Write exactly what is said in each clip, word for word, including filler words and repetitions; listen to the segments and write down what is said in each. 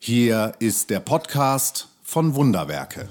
Hier ist der Podcast von Wunderwerke.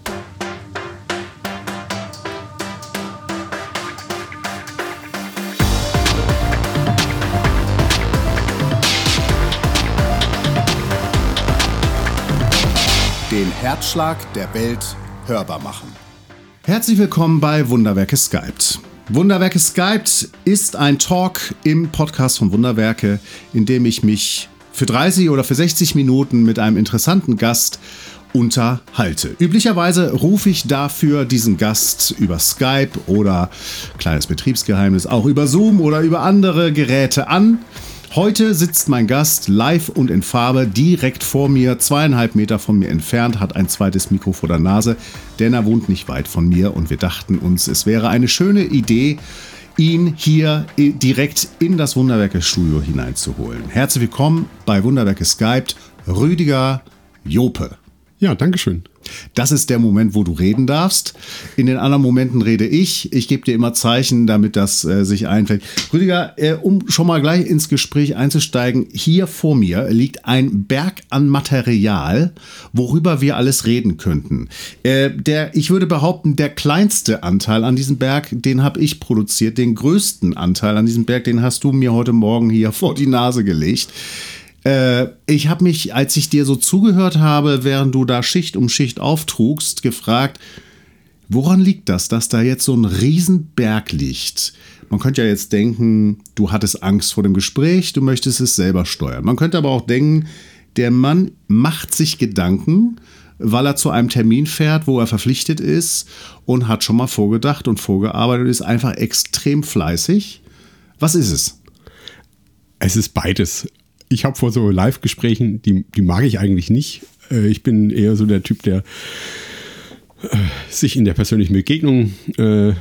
Den Herzschlag der Welt hörbar machen. Herzlich willkommen bei Wunderwerke Skyped. Wunderwerke Skyped ist ein Talk im Podcast von Wunderwerke, in dem ich mich für dreißig oder für sechzig Minuten mit einem interessanten Gast unterhalte. Üblicherweise rufe ich dafür diesen Gast über Skype oder, kleines Betriebsgeheimnis, auch über Zoom oder über andere Geräte an. Heute sitzt mein Gast live und in Farbe direkt vor mir, zweieinhalb Meter von mir entfernt, hat ein zweites Mikro vor der Nase, denn er wohnt nicht weit von mir und wir dachten uns, es wäre eine schöne Idee, ihn hier direkt in das Wunderwerke-Studio hineinzuholen. Herzlich willkommen bei Wunderwerke Skyped, Rüdiger Jope. Ja, danke schön. Das ist der Moment, wo du reden darfst. In den anderen Momenten rede ich. Ich gebe dir immer Zeichen, damit das äh, sich einfällt. Rüdiger, äh, um schon mal gleich ins Gespräch einzusteigen, hier vor mir liegt ein Berg an Material, worüber wir alles reden könnten. Äh, der, ich würde behaupten, der kleinste Anteil an diesem Berg, den habe ich produziert. Den größten Anteil an diesem Berg, den hast du mir heute Morgen hier vor die Nase gelegt. Äh, ich habe mich, als ich dir so zugehört habe, während du da Schicht um Schicht auftrugst, gefragt, woran liegt das, dass da jetzt so ein Riesenberg liegt? Man könnte ja jetzt denken, du hattest Angst vor dem Gespräch, du möchtest es selber steuern. Man könnte aber auch denken, der Mann macht sich Gedanken, weil er zu einem Termin fährt, wo er verpflichtet ist und hat schon mal vorgedacht und vorgearbeitet und ist einfach extrem fleißig. Was ist es? Es ist beides. Ich habe vor so Live-Gesprächen, die, die mag ich eigentlich nicht. Ich bin eher so der Typ, der sich in der persönlichen Begegnung äh,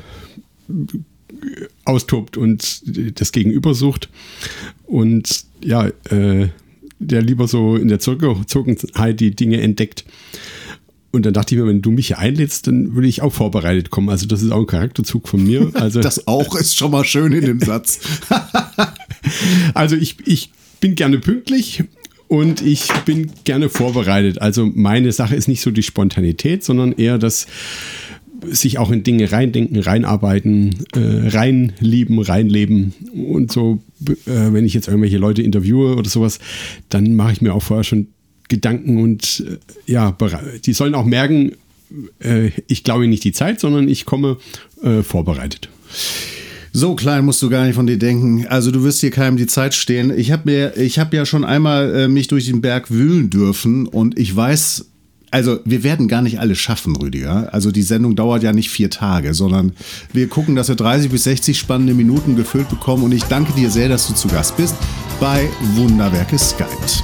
austobt und das Gegenüber sucht. Und ja, äh, der lieber so in der Zurückgezogenheit die Dinge entdeckt. Und dann dachte ich mir, wenn du mich hier einlädst, dann würde ich auch vorbereitet kommen. Also das ist auch ein Charakterzug von mir. Also das auch ist schon mal schön in dem Satz. Also ich, ich bin gerne pünktlich und ich bin gerne vorbereitet. Also meine Sache ist nicht so die Spontanität, sondern eher das sich auch in Dinge reindenken, reinarbeiten, äh, reinlieben, reinleben. Und so, äh, wenn ich jetzt irgendwelche Leute interviewe oder sowas, dann mache ich mir auch vorher schon Gedanken und äh, ja, die sollen auch merken, äh, ich glaube nicht die Zeit, sondern ich komme äh, vorbereitet. So klein musst du gar nicht von dir denken. Also du wirst hier keinem die Zeit stehen. Ich habe mir, ich habe ja schon einmal äh, mich durch den Berg wühlen dürfen und ich weiß, also wir werden gar nicht alles schaffen, Rüdiger. Also die Sendung dauert ja nicht vier Tage, sondern wir gucken, dass wir dreißig bis sechzig spannende Minuten gefüllt bekommen und ich danke dir sehr, dass du zu Gast bist bei Wunderwerke Skyped.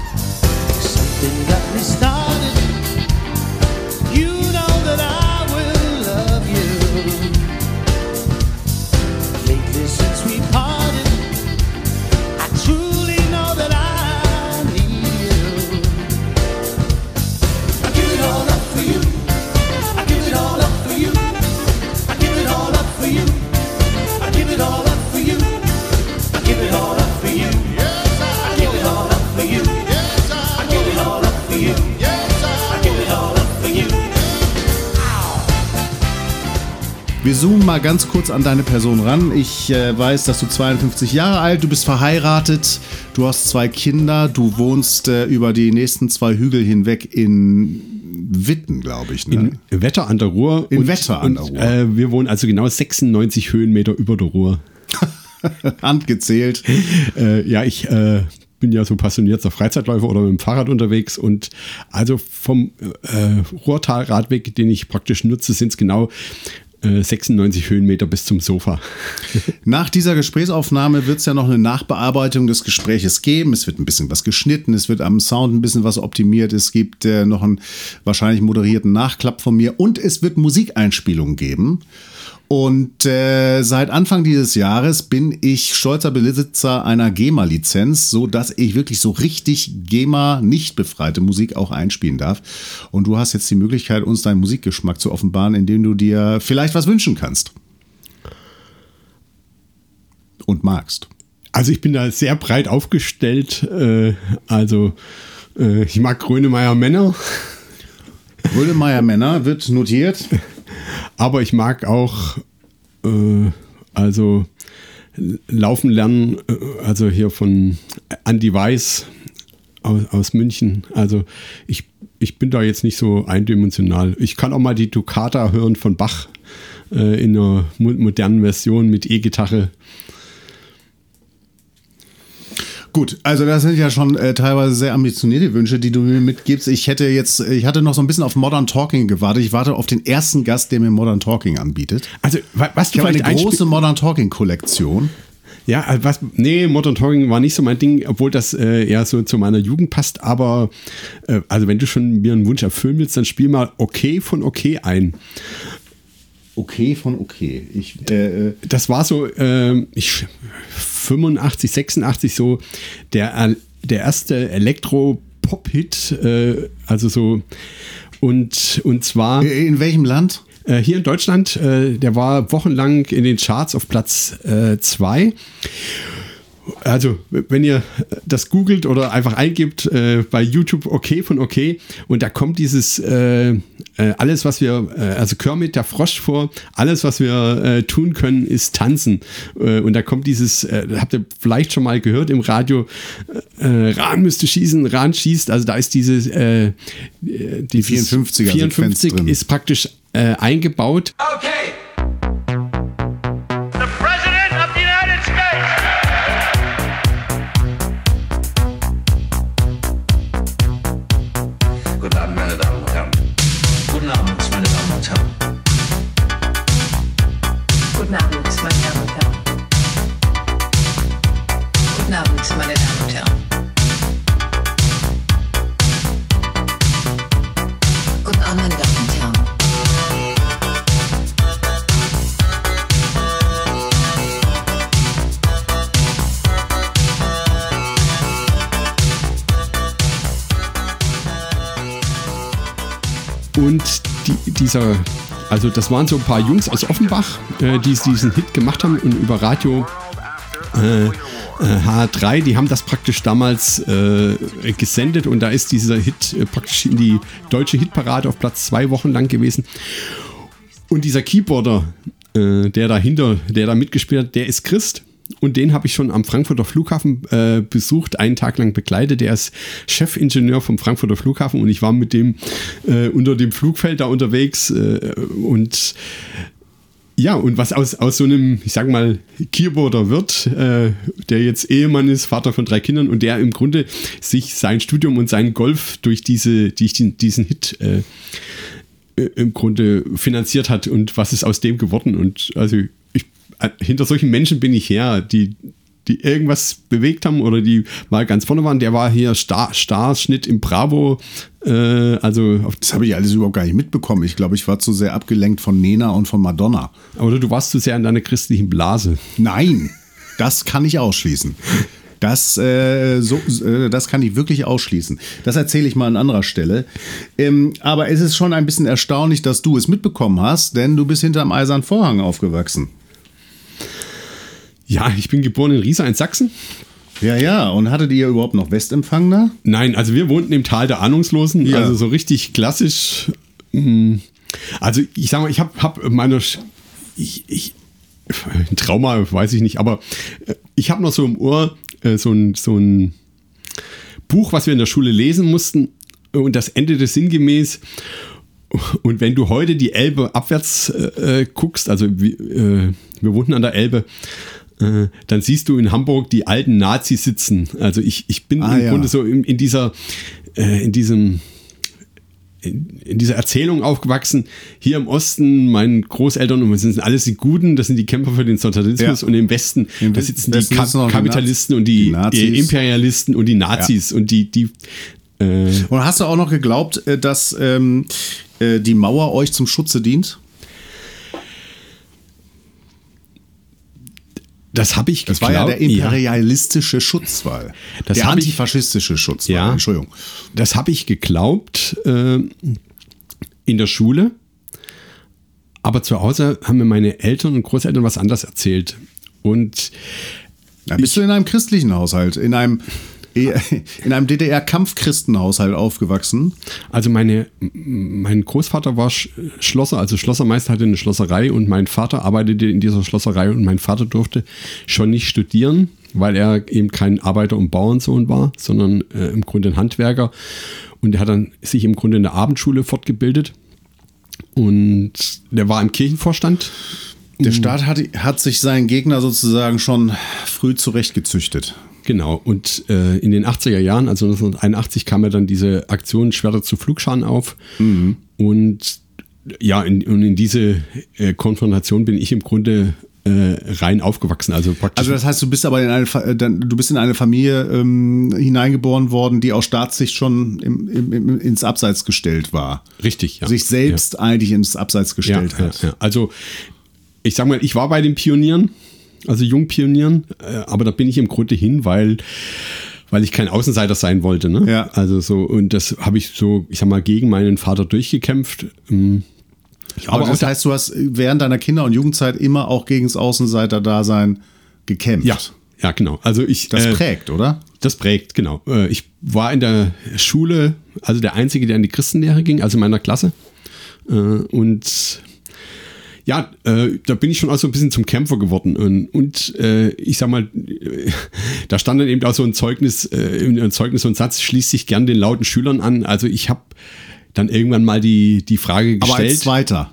Wir zoomen mal ganz kurz an deine Person ran. Ich äh, weiß, dass du zweiundfünfzig Jahre alt, du bist verheiratet, du hast zwei Kinder, du wohnst äh, über die nächsten zwei Hügel hinweg in Witten, glaube ich. Ne? In Wetter an der Ruhr. In und, Wetter an der Ruhr. Und, äh, wir wohnen also genau sechsundneunzig Höhenmeter über der Ruhr. Handgezählt. äh, ja, ich äh, bin ja so passionierter Freizeitläufer oder mit dem Fahrrad unterwegs und also vom äh, Ruhrtalradweg, den ich praktisch nutze, sind es genau sechsundneunzig Höhenmeter bis zum Sofa. Nach dieser Gesprächsaufnahme wird es ja noch eine Nachbearbeitung des Gespräches geben. Es wird ein bisschen was geschnitten, es wird am Sound ein bisschen was optimiert, es gibt äh, noch einen wahrscheinlich moderierten Nachklapp von mir und es wird Musikeinspielungen geben. Und äh, seit Anfang dieses Jahres bin ich stolzer Besitzer einer GEMA-Lizenz, so dass ich wirklich so richtig GEMA nicht befreite Musik auch einspielen darf. Und du hast jetzt die Möglichkeit, uns deinen Musikgeschmack zu offenbaren, indem du dir vielleicht was wünschen kannst. Und magst. Also ich bin da sehr breit aufgestellt. Äh, also Äh, ich mag Grönemeyer Männer. Grönemeyer Männer wird notiert. Aber ich mag auch äh, also Laufen lernen, äh, also hier von Andy Weiß aus, aus München. Also ich, ich bin da jetzt nicht so eindimensional. Ich kann auch mal die Toccata hören von Bach äh, in einer mo- modernen Version mit E-Gitarre. Gut, also das sind ja schon äh, teilweise sehr ambitionierte Wünsche, die du mir mitgibst. Ich hätte jetzt, ich hatte noch so ein bisschen auf Modern Talking gewartet. Ich warte auf den ersten Gast, der mir Modern Talking anbietet. Also was du ich habe vielleicht eine große einspiel- Modern Talking Kollektion. Ja, also was, nee, Modern Talking war nicht so mein Ding, obwohl das äh, eher so zu meiner Jugend passt. Aber äh, also wenn du schon mir einen Wunsch erfüllen willst, dann spiel mal Okay von Okay ein. Okay von Okay. Ich, äh, Das war so, äh, ich, fünfundachtzig, sechsundachtzig so der, der erste Elektro-Pop-Hit, äh, also so und, und zwar in welchem Land? äh, hier in Deutschland, äh, der war wochenlang in den Charts auf Platz zwei. Also, wenn ihr das googelt oder einfach eingibt äh, bei YouTube Okay von Okay und da kommt dieses äh, äh, alles, was wir, äh, also Kermit der Frosch vor, alles, was wir äh, tun können, ist tanzen. Äh, und da kommt dieses, äh, habt ihr vielleicht schon mal gehört im Radio, äh, Rahn müsste schießen, Rahn schießt, also da ist diese äh, die vierundfünfziger vierundfünfzig drin. ist praktisch äh, eingebaut. Okay. The President of the United States. Guten Abend, meine Damen und Herren. Guten Abend, meine Damen und Herren. Guten Abend, meine Damen und Herren. Guten Abend, meine Damen und Herren. Guten Abend, meine Damen und Herren. Und die, dieser, also das waren so ein paar Jungs aus Offenbach, äh, die diesen Hit gemacht haben und über Radio äh, äh, H drei, die haben das praktisch damals äh, gesendet und da ist dieser Hit äh, praktisch in die deutsche Hitparade auf Platz zwei Wochen lang gewesen. Und dieser Keyboarder, äh, der dahinter, der da mitgespielt hat, der ist Christ. Und den habe ich schon am Frankfurter Flughafen äh, besucht, einen Tag lang begleitet. Der ist Chefingenieur vom Frankfurter Flughafen und ich war mit dem äh, unter dem Flugfeld da unterwegs. Äh, und ja, und was aus, aus so einem, ich sag mal, Keyboarder wird, äh, der jetzt Ehemann ist, Vater von drei Kindern und der im Grunde sich sein Studium und seinen Golf durch, diese, durch diesen Hit äh, im Grunde finanziert hat und was ist aus dem geworden. Und also ich hinter solchen Menschen bin ich her, die, die irgendwas bewegt haben oder die mal ganz vorne waren. Der war hier Star, Starschnitt im Bravo. Äh, also auf Das habe ich alles überhaupt gar nicht mitbekommen. Ich glaube, ich war zu sehr abgelenkt von Nena und von Madonna. Oder du warst zu sehr in deiner christlichen Blase. Nein, das kann ich ausschließen. Das, äh, so, äh, das kann ich wirklich ausschließen. Das erzähle ich mal an anderer Stelle. Ähm, aber es ist schon ein bisschen erstaunlich, dass du es mitbekommen hast, denn du bist hinterm Eisernen Vorhang aufgewachsen. Ja, ich bin geboren in Riesa in Sachsen. Ja, ja. Und hattet ihr überhaupt noch Westempfang da? Nein, also wir wohnten im Tal der Ahnungslosen, Ja. also so richtig klassisch. mh, Also ich sag mal, ich habe hab meine, Sch- ich, ich, ein Trauma, weiß ich nicht, aber äh, ich habe noch so im Ohr äh, so ein, so ein Buch, was wir in der Schule lesen mussten und das endete sinngemäß. Und wenn du heute die Elbe abwärts äh, guckst, also äh, wir wohnten an der Elbe, äh, dann siehst du in Hamburg die alten Nazis sitzen. Also ich, ich bin Ah, im ja. Grunde so in, in dieser, äh, in diesem, in, in dieser Erzählung aufgewachsen. Hier im Osten, meinen Großeltern, und das sind alles die Guten, das sind die Kämpfer für den Sozialismus, Ja. und im Westen, Im da sitzen Westen die Ka sitzen noch die Kapitalisten Naz- und die, die Nazis. äh, Imperialisten und die Nazis und die, die äh, Und hast du auch noch geglaubt, äh, dass ähm, äh, die Mauer euch zum Schutze dient? das habe ich Das geglaubt. war ja der imperialistische Schutzwall. Das der hab ich- antifaschistische Schutzwall. Ja. Entschuldigung. Das habe ich geglaubt äh, in der Schule. Aber zu Hause haben mir meine Eltern und Großeltern was anderes erzählt. Und Da bist du in einem christlichen Haushalt, in einem in einem D D R-Kampfchristenhaushalt aufgewachsen. Also meine, mein Großvater war Sch- Schlosser, also Schlossermeister, hatte eine Schlosserei und mein Vater arbeitete in dieser Schlosserei und mein Vater durfte schon nicht studieren, weil er eben kein Arbeiter- und Bauernsohn war, sondern äh, im Grunde ein Handwerker. Und er hat dann sich im Grunde in der Abendschule fortgebildet und der war im Kirchenvorstand. Der Staat hat, hat sich seinen Gegner sozusagen schon früh zurechtgezüchtet. Genau, und äh, in den achtziger Jahren, also neunzehnhunderteinundachtzig, kam ja dann diese Aktion Schwerter zu Pflugscharen auf. Mhm. Und ja, in, und in diese äh, Konfrontation bin ich im Grunde äh, rein aufgewachsen. Also praktisch. Also das heißt, du bist aber in eine, Fa- dann- du bist in eine Familie ähm, hineingeboren worden, die aus Staatssicht schon im, im, im, ins Abseits gestellt war. Richtig, ja. Sich selbst ja. eigentlich ins Abseits gestellt ja, hat. Ja, ja. Also ich sag mal, ich war bei den Pionieren, also Jungpionieren, äh, aber da bin ich im Grunde hin, weil, weil ich kein Außenseiter sein wollte. Ne? Ja. Also so, und das habe ich so, ich sag mal, gegen meinen Vater durchgekämpft. Ähm, Aber, aber das auch heißt, du hast während deiner Kinder- und Jugendzeit immer auch gegen das Außenseiter-Dasein gekämpft. Ja, ja, genau. Also ich, Das äh, prägt, oder? Das prägt, genau. Äh, Ich war in der Schule, also der Einzige, der in die Christenlehre ging, also in meiner Klasse. Äh, Und ja, äh, da bin ich schon auch so ein bisschen zum Kämpfer geworden. Und, und äh, ich sag mal, äh, da stand dann eben auch so ein Zeugnis, äh, ein Zeugnis, so ein Satz, schließt sich gern den lauten Schülern an. Also ich habe dann irgendwann mal die, die Frage gestellt. Aber als Zweiter.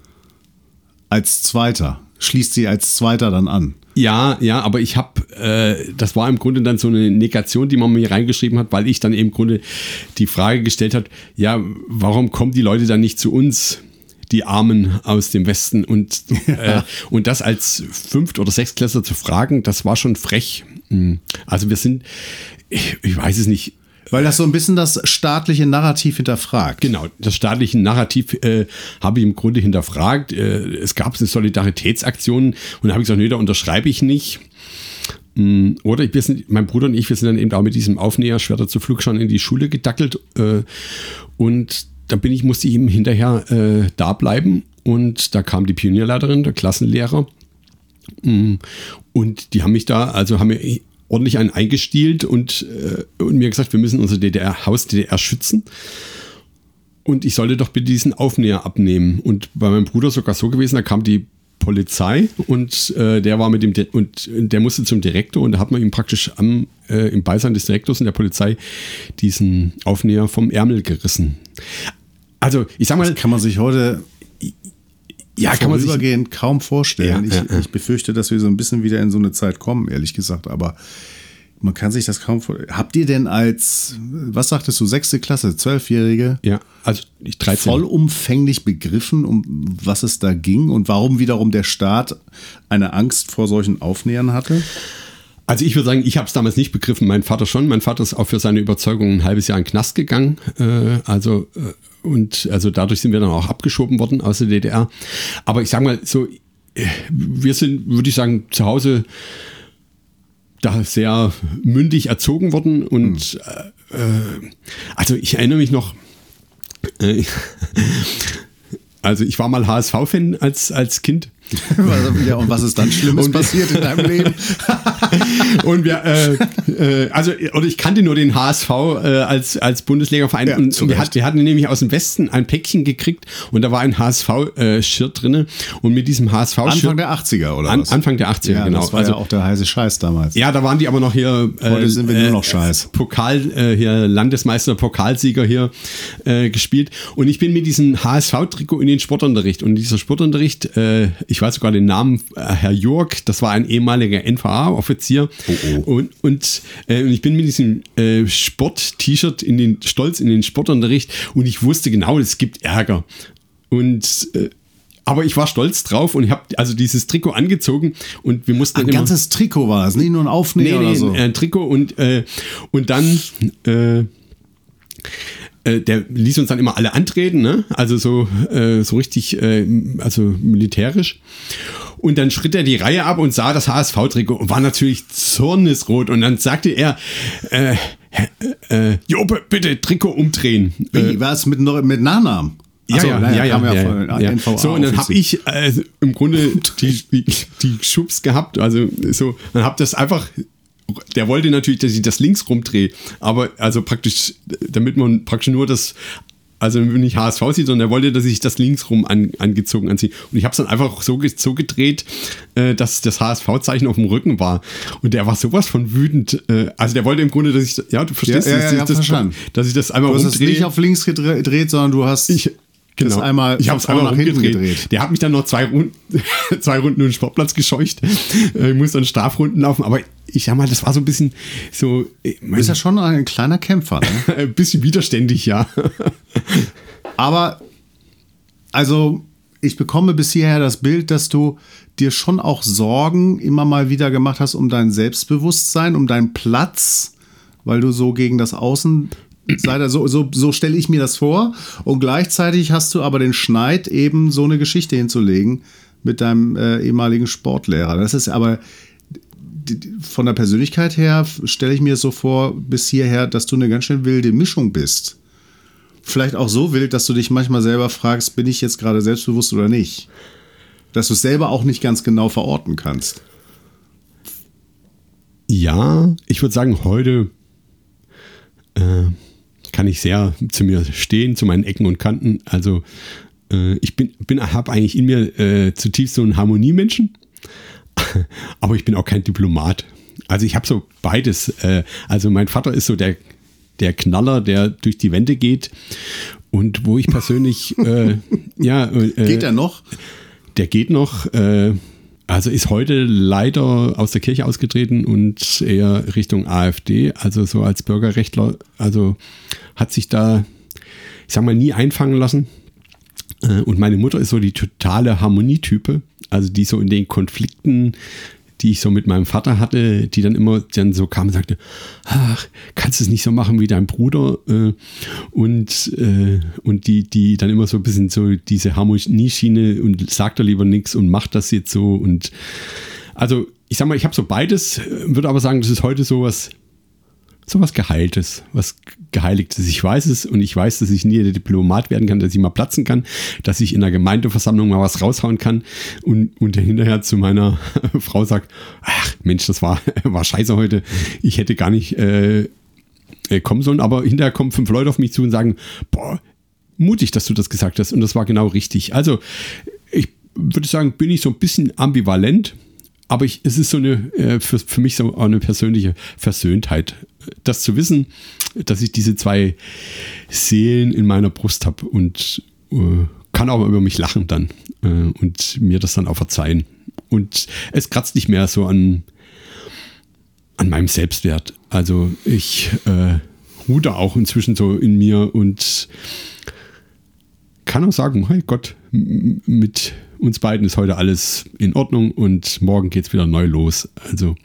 Als Zweiter. Schließt sie als Zweiter dann an. Ja, ja, aber ich habe, äh, das war im Grunde dann so eine Negation, die man mir reingeschrieben hat, weil ich dann eben im Grunde die Frage gestellt habe, ja, warum kommen die Leute dann nicht zu uns, die Armen aus dem Westen? Und, äh, und das als Fünft- oder Sechstklässler zu fragen, das war schon frech. Also wir sind, ich, ich weiß es nicht, Weil das so ein bisschen das staatliche Narrativ hinterfragt. genau, das staatliche Narrativ äh, habe ich im Grunde hinterfragt. Äh, es gab eine Solidaritätsaktion und da habe ich gesagt, nee, da unterschreibe ich nicht. Mm, Oder ich, wir sind, mein Bruder und ich, wir sind dann eben auch mit diesem Aufnäher Schwerter zu Pflugscharen in die Schule gedackelt. Äh, und da bin ich, musste ich eben hinterher äh, da bleiben. Und da kam die Pionierleiterin, der Klassenlehrer. Mm, Und die haben mich da, also haben mir ordentlich einen eingestielt und, äh, und mir gesagt, wir müssen unser D D R, Haus D D R schützen. Und ich sollte doch bitte diesen Aufnäher abnehmen. Und bei meinem Bruder sogar so gewesen, da kam die Polizei und äh, der war mit dem Di- und der musste zum Direktor und da hat man ihm praktisch am, äh, im Beisein des Direktors und der Polizei diesen Aufnäher vom Ärmel gerissen. Also ich sag mal, Das kann man sich heute ja, kann man sich, vorübergehend kaum vorstellen. Ja, ich, ja, ja. ich befürchte, dass wir so ein bisschen wieder in so eine Zeit kommen, ehrlich gesagt. Aber man kann sich das kaum vorstellen. Habt ihr denn als, was sagtest du, sechste Klasse, Zwölfjährige, ja, also ich dreizehn. vollumfänglich begriffen, um was es da ging und warum wiederum der Staat eine Angst vor solchen Aufnähern hatte? Also ich würde sagen, ich habe es damals nicht begriffen, mein Vater schon. Mein Vater ist auch für seine Überzeugung ein halbes Jahr in den Knast gegangen. Äh, also äh, und also dadurch sind wir dann auch abgeschoben worden aus der D D R. Aber ich sage mal so, äh, wir sind, würde ich sagen, zu Hause da sehr mündig erzogen worden. Und äh, äh, also ich erinnere mich noch, äh, also ich war mal H S V-Fan als, als Kind. Ja, und was ist dann Schlimmes Und- passiert in deinem Leben? Und wir, äh, äh, also, oder ich kannte nur den H S V äh, als, als Bundesliga-Verein. Ja, und zu wir, Recht. hat, wir hatten nämlich aus dem Westen ein Päckchen gekriegt und da war ein H S V-Shirt drinne. Und mit diesem H S V-Shirt. Anfang der achtziger oder An, was? Anfang der achtziger, ja, genau. das war also, ja auch der heiße Scheiß damals. ja, da waren die aber noch hier. Äh, Heute sind wir nur noch Scheiß. Pokal, äh, hier Landesmeister, Pokalsieger hier äh, gespielt. Und ich bin mit diesem H S V-Trikot in den Sportunterricht. Und dieser Sportunterricht, äh, ich weiß sogar den Namen, äh, Herr Jörg, das war ein ehemaliger N V A-Offizier. Oh, oh. Und, und, äh, und ich bin mit diesem äh, Sport-T-Shirt in den stolz in den Sportunterricht und ich wusste genau, es gibt Ärger. Und äh, aber ich war stolz drauf und ich habe also dieses Trikot angezogen und wir mussten Ein immer, ganzes Trikot war es, nicht nur ein Aufnäher nee, oder nee, so. ein Trikot und, äh, und dann äh, äh, der ließ uns dann immer alle antreten, ne? Also so, äh, so richtig, äh, also militärisch. Und dann schritt er die Reihe ab und sah das H S V-Trikot und war natürlich zornesrot. Und dann sagte er, äh, äh, Jo, bitte Trikot umdrehen. Wie, war es mit, mit Nachnamen? Ja, Ach so, ja, naja, ja, kam ja, von ja, ja. N V A So, und dann habe Offizier. ich äh, im Grunde die, die, die Schubs gehabt, also so, dann habe das einfach der wollte natürlich, dass ich das links rumdrehe, aber also praktisch, damit man praktisch nur das, also nicht H S V sieht, sondern er wollte, dass ich das links rum an, angezogen anziehe. Und ich habe es dann einfach so, so gedreht, äh, dass das H S V-Zeichen auf dem Rücken war. Und der war sowas von wütend. Äh, also der wollte im Grunde, dass ich, ja, du verstehst, Ja, ja, dass, ja, ich das, verstanden. dass ich das einmal Du hast es rumdrehe. nicht auf links gedreht, sondern du hast Ich, genau. das einmal, ich habe es von vorne einmal nach hinten rumgedreht. gedreht. Der hat mich dann noch zwei Runden, zwei Runden um den Sportplatz gescheucht. Äh, Ich musste dann Strafrunden laufen, aber ich sag mal, das war so ein bisschen so, ich Du mein, bist ja schon ein kleiner Kämpfer. Ne? ein bisschen widerständig, ja. Aber, also, ich bekomme bis hierher das Bild, dass du dir schon auch Sorgen immer mal wieder gemacht hast um dein Selbstbewusstsein, um deinen Platz, weil du so gegen das Außen sei, so, so, so stelle ich mir das vor. Und gleichzeitig hast du aber den Schneid, eben so eine Geschichte hinzulegen mit deinem äh, ehemaligen Sportlehrer. Das ist aber von der Persönlichkeit her, stelle ich mir es so vor, bis hierher, dass du eine ganz schön wilde Mischung bist. Vielleicht auch so wild, dass du dich manchmal selber fragst, bin ich jetzt gerade selbstbewusst oder nicht? Dass du es selber auch nicht ganz genau verorten kannst. Ja, ich würde sagen, heute äh, kann ich sehr zu mir stehen, zu meinen Ecken und Kanten. Also äh, ich bin, bin habe eigentlich in mir äh, zutiefst so einen Harmoniemenschen, aber ich bin auch kein Diplomat. Also ich habe so beides. Äh, also mein Vater ist so der, der Knaller, der durch die Wände geht und wo ich persönlich, äh, ja. Äh, Geht er noch? Der geht noch. Äh, Also ist heute leider aus der Kirche ausgetreten und eher Richtung AfD, also so als Bürgerrechtler, also hat sich da, ich sag mal, nie einfangen lassen. Und meine Mutter ist so die totale Harmonietype, also die so in den Konflikten, die ich so mit meinem Vater hatte, die dann immer dann so kam und sagte, ach, kannst du es nicht so machen wie dein Bruder? Und, und die, die dann immer so ein bisschen so diese Harmonieschiene und sagt er lieber nichts und macht das jetzt so. Und also ich sag mal, ich habe so beides, würde aber sagen, das ist heute sowas, sowas Geheiltes, was Geheiligtes. Ich weiß es und ich weiß, dass ich nie der Diplomat werden kann, dass ich mal platzen kann, dass ich in der Gemeindeversammlung mal was raushauen kann und, und hinterher zu meiner Frau sagt, ach Mensch, das war, war scheiße heute, ich hätte gar nicht äh, kommen sollen, aber hinterher kommen fünf Leute auf mich zu und sagen, boah, mutig, dass du das gesagt hast und das war genau richtig. Also ich würde sagen, bin ich so ein bisschen ambivalent, aber ich, es ist so eine, äh, für, für mich so eine persönliche Versöhntheit, das zu wissen, dass ich diese zwei Seelen in meiner Brust habe und äh, kann auch über mich lachen dann äh, und mir das dann auch verzeihen. Und es kratzt nicht mehr so an, an meinem Selbstwert. Also ich äh, ruhe da auch inzwischen so in mir und kann auch sagen, hey Gott, m- mit uns beiden ist heute alles in Ordnung und morgen geht es wieder neu los. Also,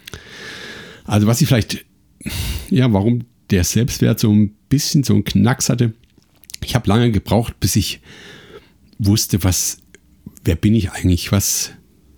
also was ich vielleicht, ja, warum der Selbstwert so ein bisschen so einen Knacks hatte, ich habe lange gebraucht, bis ich wusste, was, wer bin ich eigentlich, was,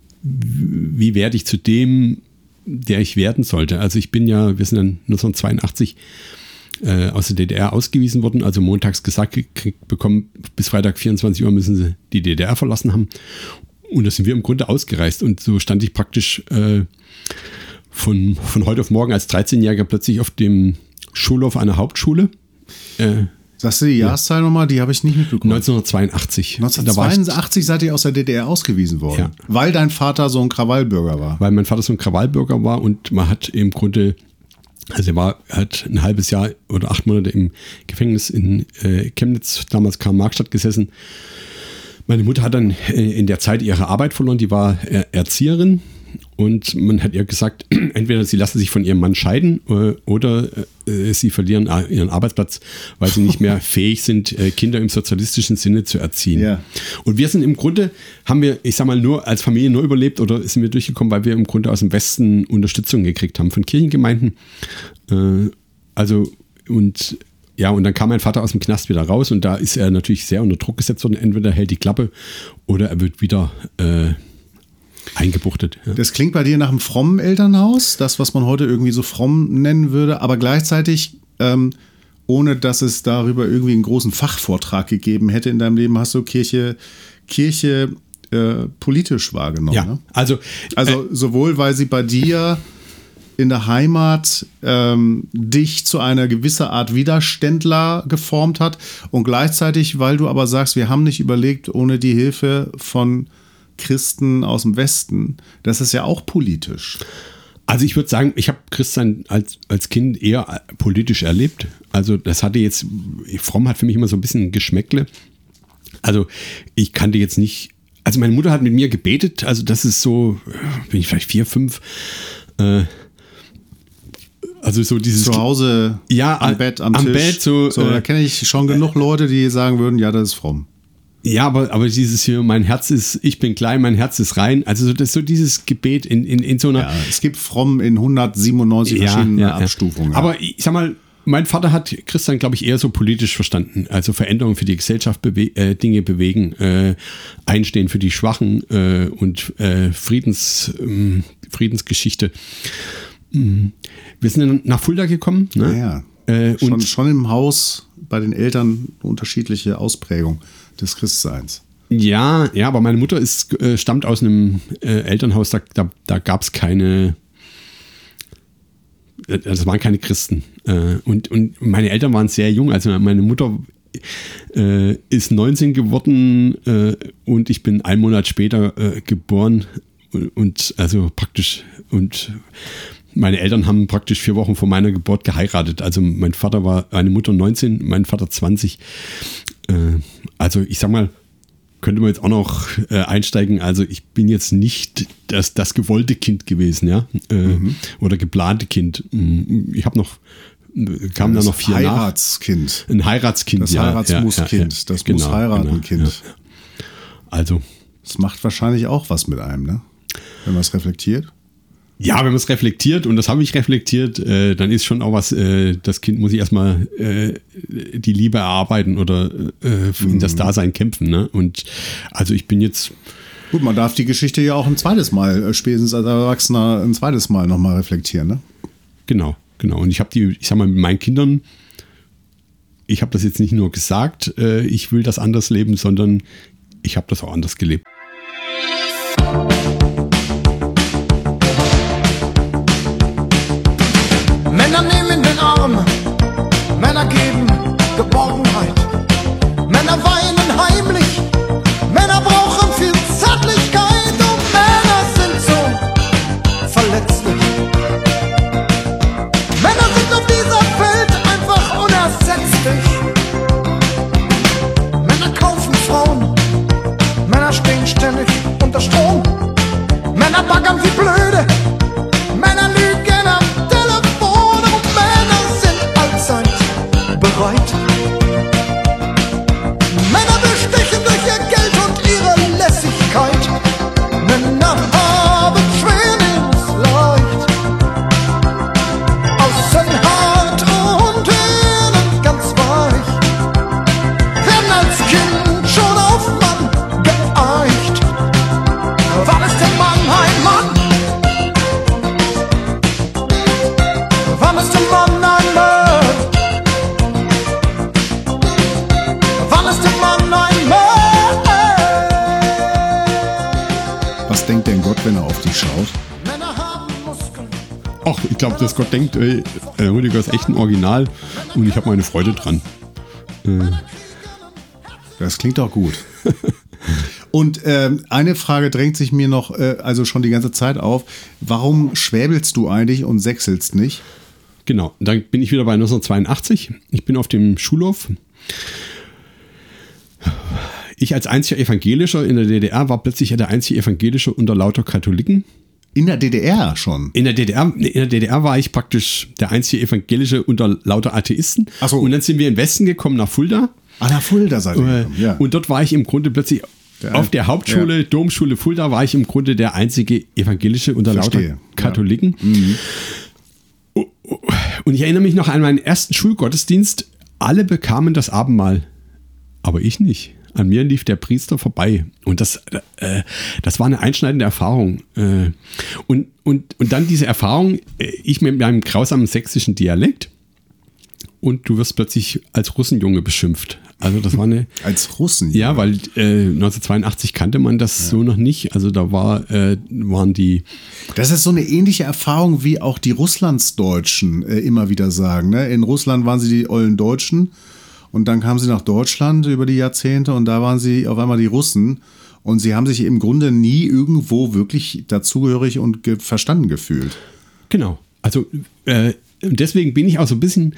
wie werde ich zu dem, der ich werden sollte. Also ich bin ja, wir sind dann neunzehnhundertzweiundachtzig äh, aus der D D R ausgewiesen worden, also montags gesagt gekriegt bekommen, bis Freitag vierundzwanzig Uhr müssen sie die D D R verlassen haben. Und da sind wir im Grunde ausgereist. Und so stand ich praktisch äh, von, von heute auf morgen als dreizehnjähriger plötzlich auf dem Schulhof einer Hauptschule. Äh, Sagst du die Jahreszahl nochmal? Die habe ich nicht mitbekommen. neunzehnhundertzweiundachtzig. neunzehnhundertzweiundachtzig seid ihr aus der D D R ausgewiesen worden, Ja. weil dein Vater so ein Krawallbürger war. Weil mein Vater so ein Krawallbürger war und man hat im Grunde, also er war, er hat ein halbes Jahr oder acht Monate im Gefängnis in äh, Chemnitz, damals Karl-Marx-Stadt gesessen. Meine Mutter hat dann äh, in der Zeit ihre Arbeit verloren, die war äh, Erzieherin und man hat ihr gesagt, entweder sie lassen sich von ihrem Mann scheiden äh, oder äh, sie verlieren äh, ihren Arbeitsplatz, weil sie nicht mehr fähig sind, äh, Kinder im sozialistischen Sinne zu erziehen. Ja. Und wir sind im Grunde, haben wir, ich sag mal, nur als Familie nur überlebt oder sind wir durchgekommen, weil wir im Grunde aus dem Westen Unterstützung gekriegt haben von Kirchengemeinden. Äh, also und ja, und dann kam mein Vater aus dem Knast wieder raus und da ist er natürlich sehr unter Druck gesetzt worden. Entweder hält die Klappe oder er wird wieder äh, eingebuchtet. Ja. Das klingt bei dir nach einem frommen Elternhaus, das, was man heute irgendwie so fromm nennen würde, aber gleichzeitig, ähm, ohne dass es darüber irgendwie einen großen Fachvortrag gegeben hätte in deinem Leben, hast du Kirche, Kirche äh, politisch wahrgenommen. Ja, ne? also, Also äh, sowohl, weil sie bei dir in der Heimat ähm, dich zu einer gewissen Art Widerständler geformt hat und gleichzeitig, weil du aber sagst, wir haben nicht überlegt, ohne die Hilfe von Christen aus dem Westen, das ist ja auch politisch. Also ich würde sagen, ich habe Christsein als, als Kind eher politisch erlebt. Also das hatte jetzt, fromm hat für mich immer so ein bisschen Geschmäckle. Also ich kannte jetzt nicht, also meine Mutter hat mit mir gebetet, also das ist so, bin ich vielleicht vier, fünf, äh, also so dieses... Zu Hause, ja, am Bett, am, am Tisch. Bett, so, so, da kenne ich schon genug Leute, die sagen würden, ja, das ist fromm. Ja, aber, aber dieses hier, mein Herz ist, ich bin klein, mein Herz ist rein. Also so, das, so dieses Gebet in, in, in so einer... Ja, es gibt fromm in hundertsiebenundneunzig Ja, verschiedene ja, ja. Abstufungen. Ja. Aber ich sag mal, mein Vater hat Christian, glaube ich, eher so politisch verstanden. Also Veränderungen für die Gesellschaft, bewe- äh, Dinge bewegen, äh, einstehen für die Schwachen äh, und äh, Friedens, ähm, Friedensgeschichte. Mhm. Wir sind dann nach Fulda gekommen. Ne? Ja, Äh, schon, und schon im Haus bei den Eltern unterschiedliche Ausprägung des Christseins. Ja, ja, aber meine Mutter ist, äh, stammt aus einem äh, Elternhaus, da, da, da gab es keine, äh, das waren keine Christen. Äh, und, und meine Eltern waren sehr jung, also meine Mutter äh, ist neunzehn geworden äh, und ich bin einen Monat später äh, geboren und, und also praktisch und meine Eltern haben praktisch vier Wochen vor meiner Geburt geheiratet. Also mein Vater war, meine Mutter neunzehn, mein Vater zwanzig. Äh, also ich sag mal, könnte man jetzt auch noch äh, einsteigen. Also ich bin jetzt nicht das, das gewollte Kind gewesen, ja, äh, mhm. oder geplante Kind. Ich habe noch, kam da noch vier nach. Heiratskind. Ein Heiratskind, das ja. Heiratsmusskind, ja, ja, ja. das genau, muss heiraten, genau, Kind. Ja. Also. Das macht wahrscheinlich auch was mit einem, ne? Wenn man es reflektiert. Ja, wenn man es reflektiert, und das habe ich reflektiert, äh, dann ist schon auch was, äh, das Kind muss ich erstmal äh, die Liebe erarbeiten oder äh, für mhm. das Dasein kämpfen. Ne? Und also ich bin jetzt... Gut, man darf die Geschichte ja auch ein zweites Mal, spätestens als Erwachsener, ein zweites Mal nochmal reflektieren, ne? Genau, genau. Und ich habe die, ich sag mal, mit meinen Kindern, ich habe das jetzt nicht nur gesagt, äh, ich will das anders leben, sondern ich habe das auch anders gelebt. Männer nehmen den Arm, Männer geben Geborgenheit, Männer weinen heimlich, Männer brauchen viel Zärtlichkeit und Männer sind so verletzlich. Männer sind auf dieser Welt einfach unersetzlich. Männer kaufen Frauen, Männer stehen ständig unter Strom, Männer baggern wie blöde, Männer lügen am Telefon und Männer sind allzeit bereit. Männer bestechen durch ihr Geld und ihre Lässigkeit. Männer haben schwer, nehmen es leicht. Außen hart und innen ganz weich, werden als Kind schon auf Mann geeicht. Wann ist der Mann ein Mann? Wann ist der Mann ein Mann? Wann ist der Mann ein Mann? Was denkt denn Gott, wenn er auf dich schaut? Männer haben Muskeln. Ach, ich glaube, dass Gott denkt, ey, äh, Rüdiger ist echt ein Original und ich habe meine Freude dran. Äh, Das klingt doch gut. Und ähm, eine Frage drängt sich mir noch, äh, also schon die ganze Zeit auf. Warum schwäbelst du eigentlich und sächselst nicht? Genau, dann bin ich wieder bei neunzehnhundertzweiundachtzig. Ich bin auf dem Schulhof. Ich als einziger Evangelischer in der D D R war plötzlich der einzige Evangelische unter lauter Katholiken. In der D D R schon? In der D D R, in der D D R war ich praktisch der einzige Evangelische unter lauter Atheisten. Ach so. Und dann sind wir in den Westen gekommen, nach Fulda. Ah, nach Fulda seid ihr Äh, gekommen, ja. Und dort war ich im Grunde plötzlich Der auf Ein- der Hauptschule, ja. Domschule Fulda, war ich im Grunde der einzige Evangelische unter Verstehe, lauter Katholiken. Und ich erinnere mich noch an meinen ersten Schulgottesdienst. Alle bekamen das Abendmahl, aber ich nicht. An mir lief der Priester vorbei. Und das, äh, das war eine einschneidende Erfahrung. Äh, und, und, und dann diese Erfahrung, äh, ich mit meinem grausamen sächsischen Dialekt, und du wirst plötzlich als Russenjunge beschimpft. Also das war eine... Als Russen? Ja, weil äh, neunzehnhundertzweiundachtzig kannte man das ja. so noch nicht. Also da war, äh, waren die... Das ist so eine ähnliche Erfahrung, wie auch die Russlandsdeutschen äh, immer wieder sagen. Ne? In Russland waren sie die ollen Deutschen und dann kamen sie nach Deutschland über die Jahrzehnte und da waren sie auf einmal die Russen. Und sie haben sich im Grunde nie irgendwo wirklich dazugehörig und ge- verstanden gefühlt. Genau. Also äh, deswegen bin ich auch so ein bisschen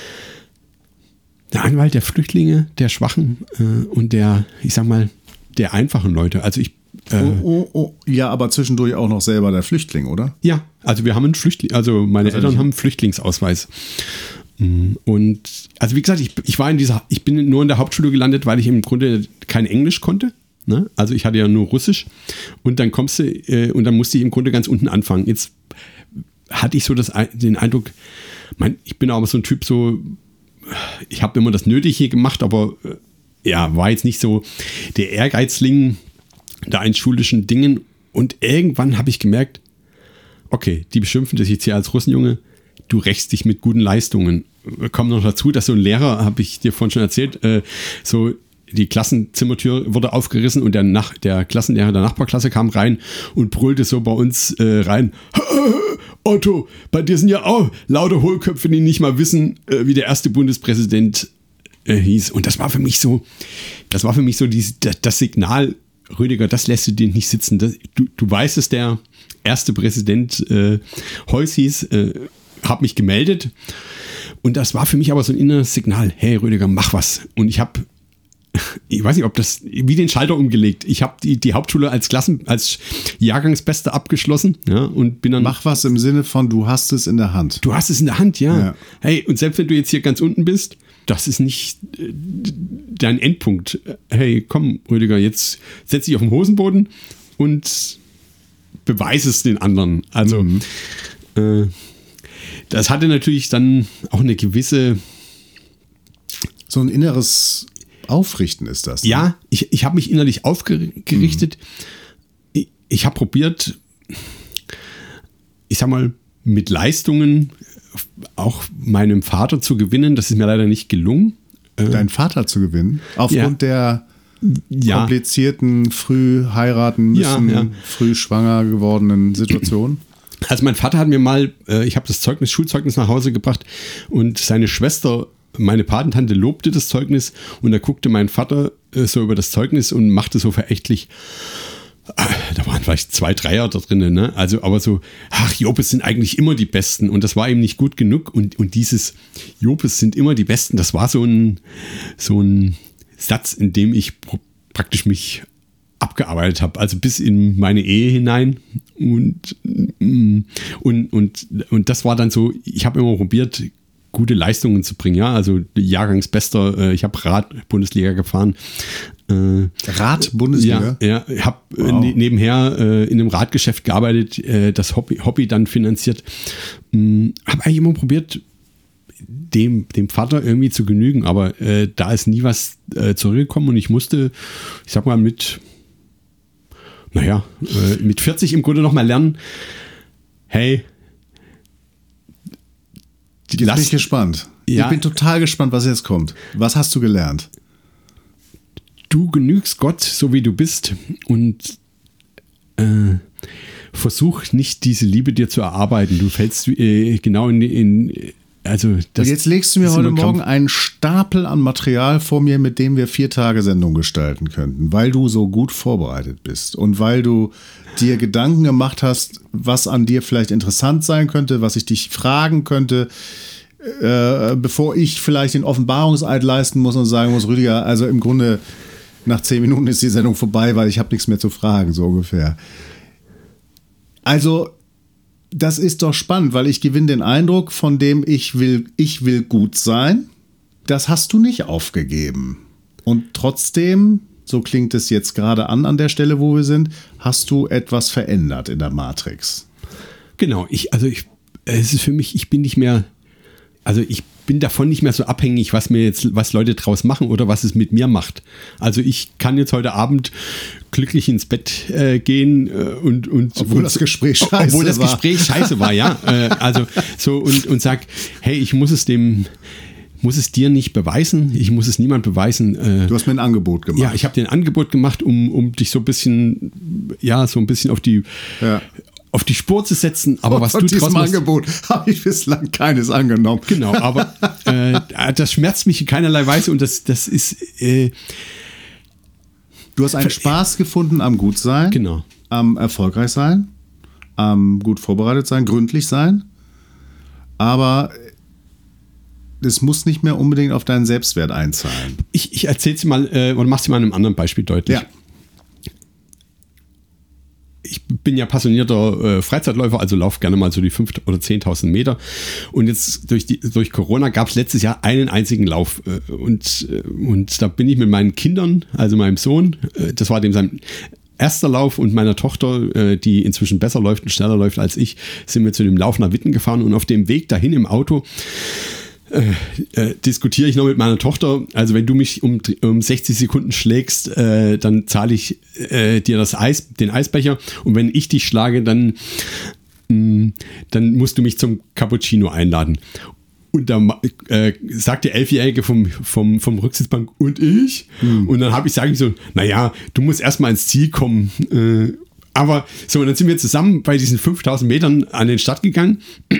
der Anwalt der Flüchtlinge, der Schwachen äh, und der, ich sag mal, der einfachen Leute. Also ich äh, oh, oh, oh. Ja, aber zwischendurch auch noch selber der Flüchtling, oder? Ja, also wir haben einen Flüchtling, also meine also Eltern nicht. haben einen Flüchtlingsausweis. Und also wie gesagt, ich, ich war in dieser, ich bin nur in der Hauptschule gelandet, weil ich im Grunde kein Englisch konnte. Ne? Also ich hatte ja nur Russisch und dann kommst du äh, und dann musste ich im Grunde ganz unten anfangen. Jetzt hatte ich so das, den Eindruck, mein, ich bin aber so ein Typ, so ich habe immer das Nötige gemacht, aber äh, ja, war jetzt nicht so der Ehrgeizling da in schulischen Dingen. Und irgendwann habe ich gemerkt, okay, die beschimpfen dich jetzt hier als Russenjunge, du rächst dich mit guten Leistungen. Kommt noch dazu, dass so ein Lehrer, habe ich dir vorhin schon erzählt, äh, so die Klassenzimmertür wurde aufgerissen und der, Nach- der Klassenlehrer der Nachbarklasse kam rein und brüllte so bei uns äh, rein, Otto, bei dir sind ja auch lauter Hohlköpfe, die nicht mal wissen, äh, wie der erste Bundespräsident äh, hieß. Und das war für mich so, das war für mich so dieses, das, das Signal, Rüdiger, das lässt du dir nicht sitzen. Das, du, du weißt, dass der erste Präsident äh, Heuss hieß, äh, hab mich gemeldet. Und das war für mich aber so ein inneres Signal, hey Rüdiger, mach was. Und ich habe ich weiß nicht, ob das, wie den Schalter umgelegt. Ich habe die, die Hauptschule als Klassen, als Jahrgangsbeste abgeschlossen, ja, und bin dann. Mach was im Sinne von, du hast es in der Hand. Du hast es in der Hand, ja. ja. Hey, und selbst wenn du jetzt hier ganz unten bist, das ist nicht äh, dein Endpunkt. Hey, komm, Rüdiger, jetzt setz dich auf den Hosenboden und beweise es den anderen. Also, mhm. äh, das hatte natürlich dann auch eine gewisse. So ein inneres Aufrichten ist das. Ne? Ja, ich, ich habe mich innerlich aufgerichtet. Mhm. Ich, ich habe probiert, ich sag mal, mit Leistungen auch meinem Vater zu gewinnen. Das ist mir leider nicht gelungen. Deinen Vater zu gewinnen? Aufgrund ja. der ja. komplizierten, früh heiraten müssen, ja, ja. früh schwanger gewordenen Situation? Also mein Vater hat mir mal, ich habe das Zeugnis, Schulzeugnis nach Hause gebracht und seine Schwester, meine Patentante, lobte das Zeugnis und da guckte mein Vater äh, so über das Zeugnis und machte so verächtlich, da waren vielleicht zwei Dreier da drinnen, ne? Also, aber so, ach, Jopes sind eigentlich immer die Besten und das war ihm nicht gut genug und, und dieses Jopes sind immer die Besten, das war so ein, so ein Satz, in dem ich pr- praktisch mich abgearbeitet habe, also bis in meine Ehe hinein und, und, und, und das war dann so, ich habe immer probiert, gute Leistungen zu bringen, ja, also Jahrgangsbester, äh, ich habe Rad-Bundesliga gefahren. Äh, Rad-Bundesliga? Ja, ja, ich habe wow. ne, nebenher äh, in einem Radgeschäft gearbeitet, äh, das Hobby, Hobby dann finanziert. Ähm, habe eigentlich immer probiert, dem, dem Vater irgendwie zu genügen, aber äh, da ist nie was äh, zurückgekommen und ich musste, ich sag mal, mit naja, äh, mit vierzig im Grunde noch mal lernen, hey, Jetzt bin ich gespannt. Ja. Ich bin total gespannt, was jetzt kommt. Was hast du gelernt? Du genügst Gott, so wie du bist und äh, versuch nicht diese Liebe dir zu erarbeiten. Du fällst äh, genau in, in also das. Und jetzt legst du mir heute Morgen einen Stapel an Material vor mir, mit dem wir vier Tage Sendung gestalten könnten, weil du so gut vorbereitet bist und weil du dir Gedanken gemacht hast, was an dir vielleicht interessant sein könnte, was ich dich fragen könnte, äh, bevor ich vielleicht den Offenbarungseid leisten muss und sagen muss, Rüdiger, also im Grunde nach zehn Minuten ist die Sendung vorbei, weil ich habe nichts mehr zu fragen, so ungefähr. Also das ist doch spannend, weil ich gewinne den Eindruck, von dem ich will, ich will gut sein, das hast du nicht aufgegeben. Und trotzdem, so klingt es jetzt gerade an an der Stelle, wo wir sind, hast du etwas verändert in der Matrix. Genau, ich, also ich, es ist für mich, ich bin nicht mehr, also ich bin davon nicht mehr so abhängig, was mir jetzt, was Leute draus machen oder was es mit mir macht. Also ich kann jetzt heute Abend glücklich ins Bett äh, gehen äh, und, und obwohl und, das Gespräch scheiße war. Obwohl das war. Gespräch scheiße war, ja. äh, also so und, und sag, hey, ich muss es dem muss es dir nicht beweisen, ich muss es niemand beweisen. Äh, Du hast mir ein Angebot gemacht. Ja, ich habe dir ein Angebot gemacht, um, um dich so ein bisschen, ja, so ein bisschen auf die, Ja. auf die Spur zu setzen. Aber was Von du diesem draußen machst- Angebot habe ich bislang keines angenommen. Genau, aber äh, das schmerzt mich in keinerlei Weise und das, das ist, äh, Du hast einen Spaß gefunden am Gutsein, Genau. am erfolgreich sein, am gut vorbereitet sein, gründlich sein. Aber es muss nicht mehr unbedingt auf deinen Selbstwert einzahlen. ich, ich erzähl's dir mal, äh, oder mach's dir mal an einem anderen Beispiel deutlich. Ja. Ich bin ja passionierter äh, Freizeitläufer, also laufe gerne mal so die fünftausend oder zehntausend Meter. Und jetzt durch, die, durch Corona gab es letztes Jahr einen einzigen Lauf. Äh, und, äh, und da bin ich mit meinen Kindern, also meinem Sohn, äh, das war dem sein erster Lauf, und meiner Tochter, äh, die inzwischen besser läuft und schneller läuft als ich, sind wir zu dem Lauf nach Witten gefahren. Und auf dem Weg dahin im Auto Äh, äh, diskutiere ich noch mit meiner Tochter, also wenn du mich um, um sechzig Sekunden schlägst, äh, dann zahle ich äh, dir das Eis, den Eisbecher, und wenn ich dich schlage, dann, mh, dann musst du mich zum Cappuccino einladen. Und da äh, sagt der Elfjährige vom, vom, vom Rücksitzbank, und ich? Mhm. Und dann habe ich, sage ich so, naja, du musst erstmal ins Ziel kommen. Äh, aber so, und dann sind wir zusammen bei diesen fünftausend Metern an den Start gegangen.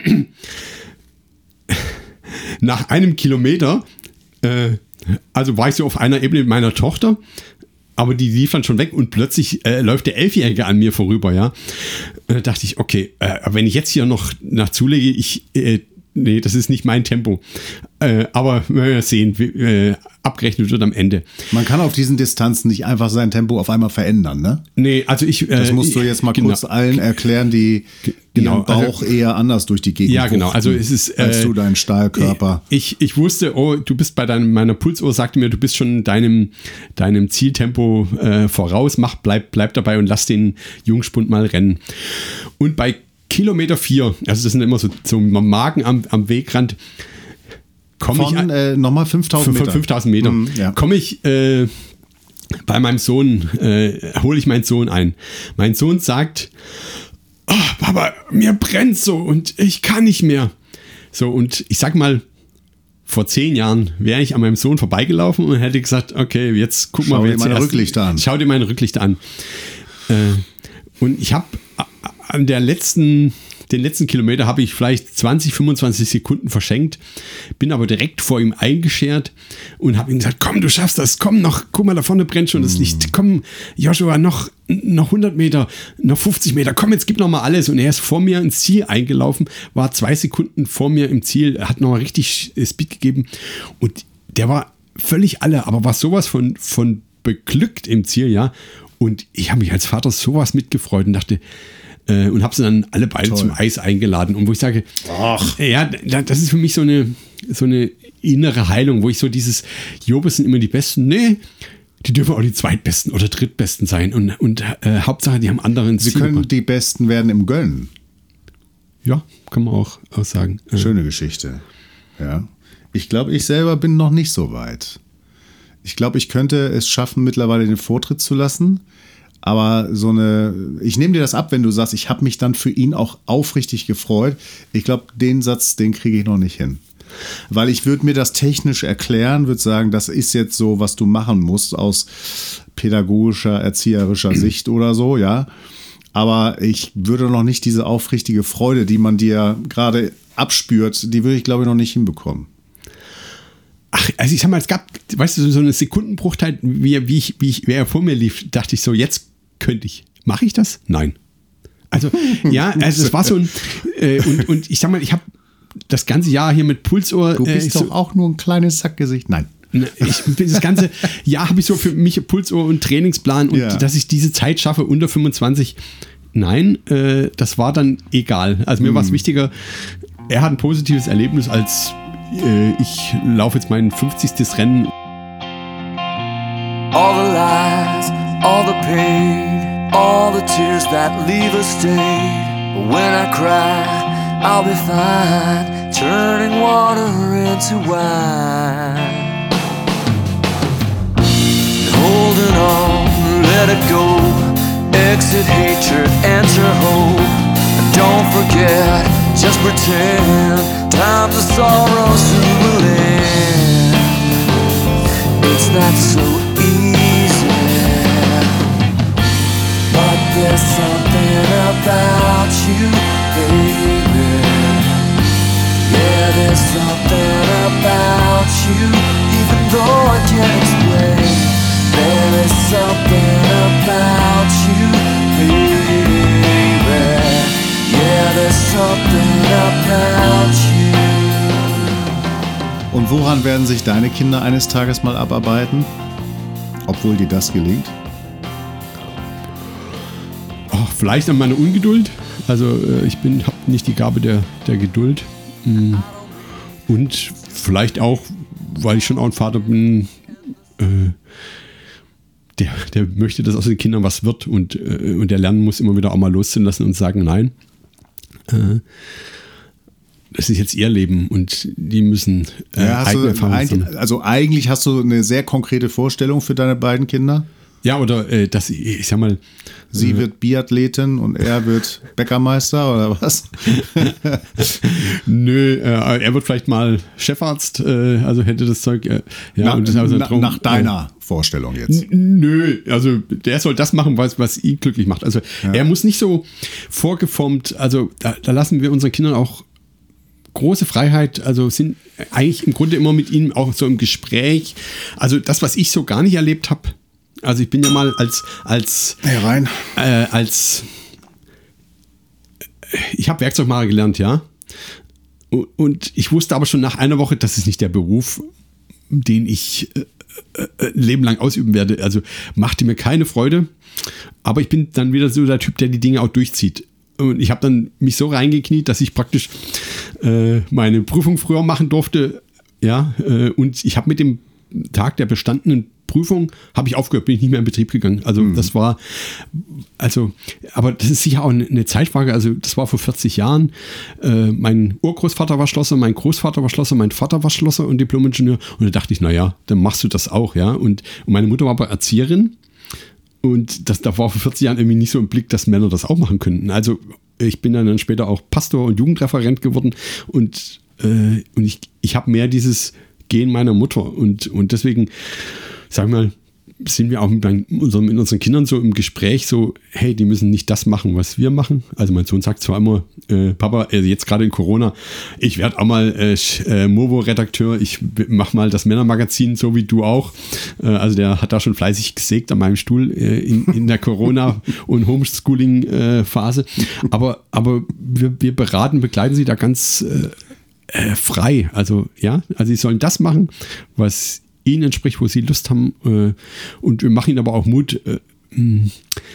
Nach einem Kilometer, äh, also war ich so auf einer Ebene mit meiner Tochter, aber die lief dann schon weg, und plötzlich äh, läuft der Elfjährige an mir vorüber, ja. Und da dachte ich, okay, äh, wenn ich jetzt hier noch nach zulege, ich, äh, nee, das ist nicht mein Tempo. Äh, aber wir werden sehen, wie, äh, abgerechnet wird am Ende. Man kann auf diesen Distanzen nicht einfach sein Tempo auf einmal verändern, ne? Nee, also ich... Äh, Das musst du jetzt mal genau, kurz allen erklären, die genau, ihren Bauch also- eher anders durch die Gegend Ja, genau. wuchten, Also es ist, als äh, du deinen Stahlkörper. Ich, ich wusste, oh, du bist bei deinem, meiner Pulsuhr, sagte mir, du bist schon deinem, deinem Zieltempo äh, voraus, mach, bleib, bleib dabei und lass den Jungspund mal rennen. Und bei Kilometer vier, also das sind immer so, so Marken am, am Wegrand, komme ich Von an, äh, nochmal fünftausend von Meter. fünftausend Meter, Mhm, ja. komme ich äh, bei meinem Sohn, äh, hole ich meinen Sohn ein. Mein Sohn sagt, oh, Papa, mir brennt so und ich kann nicht mehr. So, und ich sag mal, vor zehn Jahren wäre ich an meinem Sohn vorbeigelaufen und hätte gesagt, okay, jetzt guck Schau mal, wer dir jetzt meine erst- Rücklichter an. Schau dir meine Rücklichter an. Äh, und ich habe an der letzten, den letzten Kilometer habe ich vielleicht zwanzig, fünfundzwanzig Sekunden verschenkt, bin aber direkt vor ihm eingeschert und habe ihm gesagt, komm, du schaffst das, komm noch, guck mal, da vorne brennt schon das Licht, komm, Joshua, noch, noch hundert Meter, noch fünfzig Meter, komm, jetzt gib noch mal alles. Und er ist vor mir ins Ziel eingelaufen, war zwei Sekunden vor mir im Ziel, hat noch mal richtig Speed gegeben, und der war völlig alle, aber war sowas von, von beglückt im Ziel, ja. Und ich habe mich als Vater sowas mitgefreut und dachte, äh, und habe sie dann alle beide Toll. zum Eis eingeladen. Und wo ich sage, ach, ja, da- das ist für mich so eine, so eine innere Heilung, wo ich so dieses, Jobes sind immer die Besten. Nee, die dürfen auch die Zweitbesten oder Drittbesten sein. Und, und äh, Hauptsache, die haben anderen Sie Ziel können gebracht. die Besten werden im Gönnen. Ja, kann man auch, auch sagen. Äh, Schöne Geschichte. Ja. Ich glaube, ich selber bin noch nicht so weit. Ich glaube, ich könnte es schaffen, mittlerweile den Vortritt zu lassen. Aber so eine, ich nehme dir das ab, wenn du sagst, ich habe mich dann für ihn auch aufrichtig gefreut. Ich glaube, den Satz, den kriege ich noch nicht hin. Weil ich würde mir das technisch erklären, würde sagen, das ist jetzt so, was du machen musst aus pädagogischer, erzieherischer Sicht oder so, ja. Aber ich würde noch nicht diese aufrichtige Freude, die man dir gerade abspürt, die würde ich, glaube ich, noch nicht hinbekommen. Ach, also ich sag mal, es gab, weißt du, so eine Sekundenbruchteil, wie, wie ich, wie ich, wer vor mir lief, dachte ich so, jetzt könnte ich. Mache ich das? Nein. Also, ja, also es war so ein, äh, und, und ich sag mal, ich habe das ganze Jahr hier mit Pulsuhr. Du bist äh, doch so, auch nur ein kleines Sackgesicht. Nein. Ne, Ich, das ganze Jahr habe ich so für mich Pulsuhr und Trainingsplan, und Ja. dass ich diese Zeit schaffe unter fünfundzwanzig. Nein, äh, das war dann egal. Also mir war es wichtiger, er hat ein positives Erlebnis, als äh, ich laufe jetzt mein fünfzigstes Rennen. All the lies, all the pain, all the tears that leave a stain. But when I cry, I'll be fine, turning water into wine. Holding on, let it go. Exit hatred, enter hope. Don't don't forget, just pretend times of sorrow soon will end. It's not so easy, but there's something about you, baby. Yeah, there's something about you, even though I can't explain. There is something about you, baby. Yeah, there's something about you. Und woran werden sich deine Kinder eines Tages mal abarbeiten? Obwohl dir das gelingt? Oh, vielleicht an meiner Ungeduld. Also äh, ich bin, habe nicht die Gabe der, der Geduld. Mm. Und vielleicht auch, weil ich schon auch ein Vater bin, äh, der, der möchte, dass aus den Kindern was wird und, äh, und der lernen muss, immer wieder auch mal loszulassen und sagen, nein. Äh, das ist jetzt ihr Leben und die müssen äh, Ja, hast eigene du Erfahrungen eigentlich, sammeln. also eigentlich hast du eine sehr konkrete Vorstellung für deine beiden Kinder. Ja, oder äh, dass ich, ich sag mal, Sie äh, wird Biathletin und er wird Bäckermeister oder was? Nö, äh, er wird vielleicht mal Chefarzt, äh, also hätte das Zeug. Äh, ja, Na, und das ist also na, drum, nach deiner äh, Vorstellung jetzt. N- Nö, also der soll das machen, was, was ihn glücklich macht. Also Ja. er muss nicht so vorgeformt, also da, da lassen wir unseren Kindern auch große Freiheit, also sind eigentlich im Grunde immer mit ihnen auch so im Gespräch. Also das, was ich so gar nicht erlebt habe. Also ich bin ja mal als als Hey, rein. äh, als ich habe Werkzeugmacher gelernt, ja. Und, und ich wusste aber schon nach einer Woche, das ist nicht der Beruf, den ich äh, äh, ein Leben lang ausüben werde. Also machte mir keine Freude. Aber ich bin dann wieder so der Typ, der die Dinge auch durchzieht. Und ich habe dann mich so reingekniet, dass ich praktisch äh, meine Prüfung früher machen durfte. Ja, äh, und ich habe mit dem Tag der bestandenen Prüfung habe ich aufgehört, bin ich nicht mehr in Betrieb gegangen. Also mhm. das war, also, aber das ist sicher auch eine Zeitfrage. Also das war vor vierzig Jahren. Äh, mein Urgroßvater war Schlosser, mein Großvater war Schlosser, mein Vater war Schlosser und Diplom-Ingenieur. Und da dachte ich, naja, dann machst du das auch, ja. Und, und meine Mutter war aber Erzieherin. Und das, da war vor vierzig Jahren irgendwie nicht so im Blick, dass Männer das auch machen könnten. Also ich bin dann später auch Pastor und Jugendreferent geworden und, äh, und ich, ich habe mehr dieses Gen meiner Mutter und, und deswegen, sagen wir mal, sind wir auch mit, unseren, mit unseren Kindern so im Gespräch so, hey, die müssen nicht das machen, was wir machen. Also mein Sohn sagt zwar immer, äh, Papa, also jetzt gerade in Corona, ich werde auch mal äh, äh, Movo-Redakteur, ich mach mal das Männermagazin, so wie du auch. Äh, also der hat da schon fleißig gesägt an meinem Stuhl äh, in, in der Corona- und Homeschooling-Phase. Aber, aber wir, wir beraten, begleiten sie da ganz äh, äh, frei. Also ja, also sie sollen das machen, was ihnen entspricht, wo sie Lust haben. Äh, und wir machen ihnen aber auch Mut, äh, mh,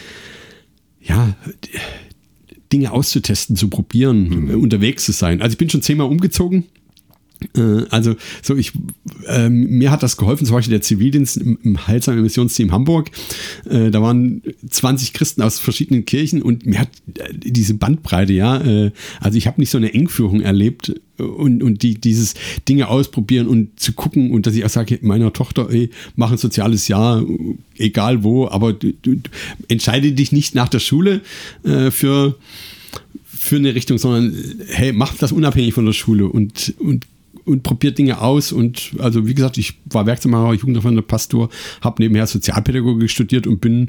ja, Dinge auszutesten, zu probieren, mhm. äh, unterwegs zu sein. Also ich bin schon zehnmal umgezogen. Äh, also so ich, äh, mir hat das geholfen, zum Beispiel der Zivildienst im, im Heilsamen Missionsteam Hamburg. Äh, da waren zwanzig Christen aus verschiedenen Kirchen und mir hat äh, diese Bandbreite, ja, äh, also ich habe nicht so eine Engführung erlebt und, und die, dieses Dinge ausprobieren und zu gucken und dass ich auch sage, meiner Tochter, ey, mach ein soziales Jahr, egal wo, aber du, du, entscheide dich nicht nach der Schule äh, für, für eine Richtung, sondern hey, mach das unabhängig von der Schule und, und und probiert Dinge aus und also wie gesagt, ich war Werkzeugmacher, Jugendreferent, Pastor, habe nebenher Sozialpädagogik studiert und bin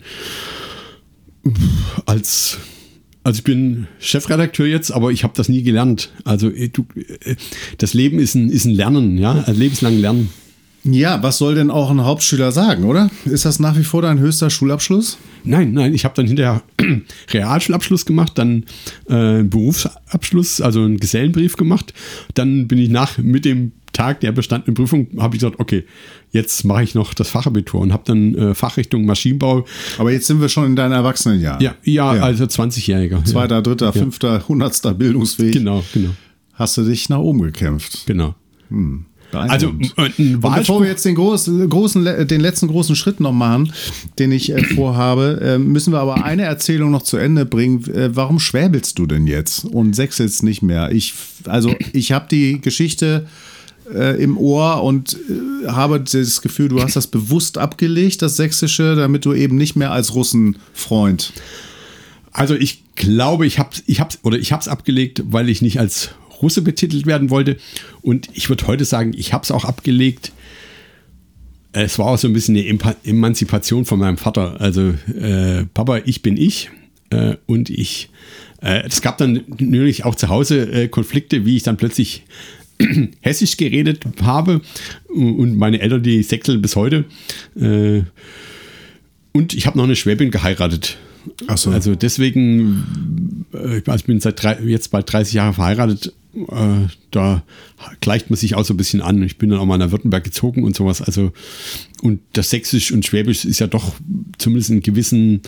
als also ich bin Chefredakteur jetzt, aber ich habe das nie gelernt. Also du, das Leben ist ein, ist ein Lernen, ja, ein lebenslang Lernen. Ja, was soll denn auch ein Hauptschüler sagen, oder? Ist das nach wie vor dein höchster Schulabschluss? Nein, nein, ich habe dann hinterher Realschulabschluss gemacht, dann äh, Berufsabschluss, also einen Gesellenbrief gemacht. Dann bin ich nach, mit dem Tag der bestandenen Prüfung, habe ich gesagt, okay, jetzt mache ich noch das Fachabitur und habe dann äh, Fachrichtung Maschinenbau. Aber jetzt sind wir schon in deinen Erwachsenenjahren. Ja, ja, ja. Also zwanzigjähriger. Zweiter, ja. dritter, fünfter, ja. hundertster Bildungsweg. Genau, genau. Hast du dich nach oben gekämpft. Genau. Hm. Also ein und bevor wir jetzt den, großen, großen, den letzten großen Schritt noch machen, den ich äh, vorhabe, äh, müssen wir aber eine Erzählung noch zu Ende bringen. Äh, warum schwäbelst du denn jetzt und sächselst nicht mehr? Ich, also ich habe die Geschichte äh, im Ohr und äh, habe das Gefühl, du hast das bewusst abgelegt, das Sächsische, damit du eben nicht mehr als Russenfreund Also ich glaube, ich habe ich hab's, oder ich habe es abgelegt, weil ich nicht als Russe betitelt werden wollte. Und ich würde heute sagen, ich habe es auch abgelegt. Es war auch so ein bisschen eine Empa- Emanzipation von meinem Vater. Also äh, Papa, ich bin ich äh, und ich. Äh, es gab dann natürlich auch zu Hause äh, Konflikte, wie ich dann plötzlich Hessisch geredet habe und meine Eltern, die sächseln bis heute. Äh, und ich habe noch eine Schwäbin geheiratet. Ach so. Also deswegen, äh, ich bin seit drei, jetzt bald dreißig Jahre verheiratet. Äh, da gleicht man sich auch so ein bisschen an. Ich bin dann auch mal nach Württemberg gezogen und sowas. Also, und das Sächsisch und Schwäbisch ist ja doch zumindest in gewissen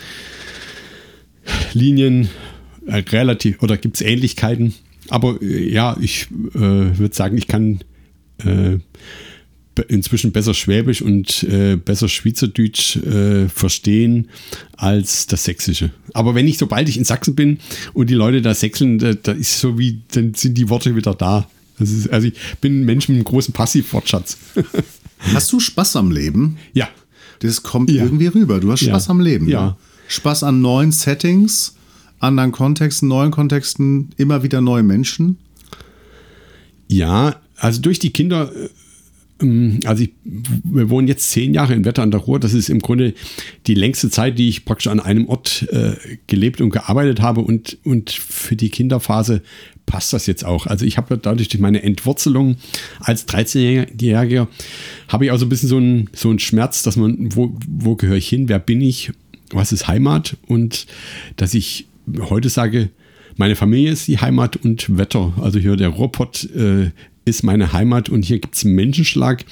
Linien äh, relativ, oder gibt es Ähnlichkeiten. Aber äh, ja, ich äh, würde sagen, ich kann äh, inzwischen besser Schwäbisch und äh, besser Schweizerdeutsch äh, verstehen als das Sächsische. Aber wenn ich, sobald ich in Sachsen bin und die Leute da sächseln, da, da ist so wie, dann sind die Worte wieder da. Das ist, also ich bin ein Mensch mit einem großen Passivwortschatz. Hast du Spaß am Leben? Ja. Das kommt Ja. irgendwie rüber. Du hast Spaß Ja. am Leben. Ja. Ne? Spaß an neuen Settings, anderen Kontexten, neuen Kontexten, immer wieder neue Menschen. Ja, also durch die Kinder, ähm, also ich, wir wohnen jetzt zehn Jahre in Wetter an der Ruhr. Das ist im Grunde die längste Zeit, die ich praktisch an einem Ort äh, gelebt und gearbeitet habe. Und, und für die Kinderphase passt das jetzt auch. Also ich habe dadurch durch meine Entwurzelung als dreizehnjähriger habe ich auch so ein bisschen so einen, so einen Schmerz, dass man, wo, wo gehöre ich hin, wer bin ich, was ist Heimat, und dass ich heute sage, meine Familie ist die Heimat und Wetter. Also hier der Ruhrpott äh, ist meine Heimat und hier gibt es einen Menschenschlag,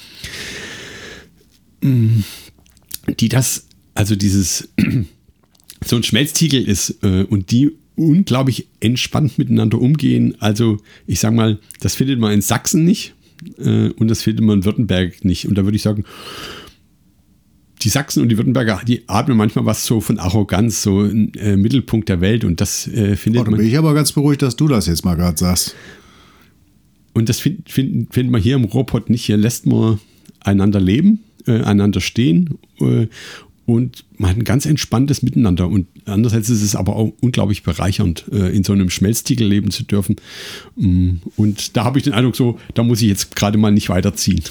die das, also dieses, so ein Schmelztiegel ist äh, und die unglaublich entspannt miteinander umgehen. Also ich sage mal, das findet man in Sachsen nicht äh, und das findet man in Württemberg nicht. Und da würde ich sagen, die Sachsen und die Württemberger, die atmen manchmal was so von Arroganz, so ein äh, Mittelpunkt der Welt, und das äh, findet Oh, da man. bin ich aber ganz beruhigt, dass du das jetzt mal gerade sagst. Und das findet find, find man hier im Ruhrpott nicht. Hier lässt man einander leben, äh, einander stehen äh, und man hat ein ganz entspanntes Miteinander. Und andererseits ist es aber auch unglaublich bereichernd, äh, in so einem Schmelztiegel leben zu dürfen. Und da habe ich den Eindruck so, da muss ich jetzt gerade mal nicht weiterziehen.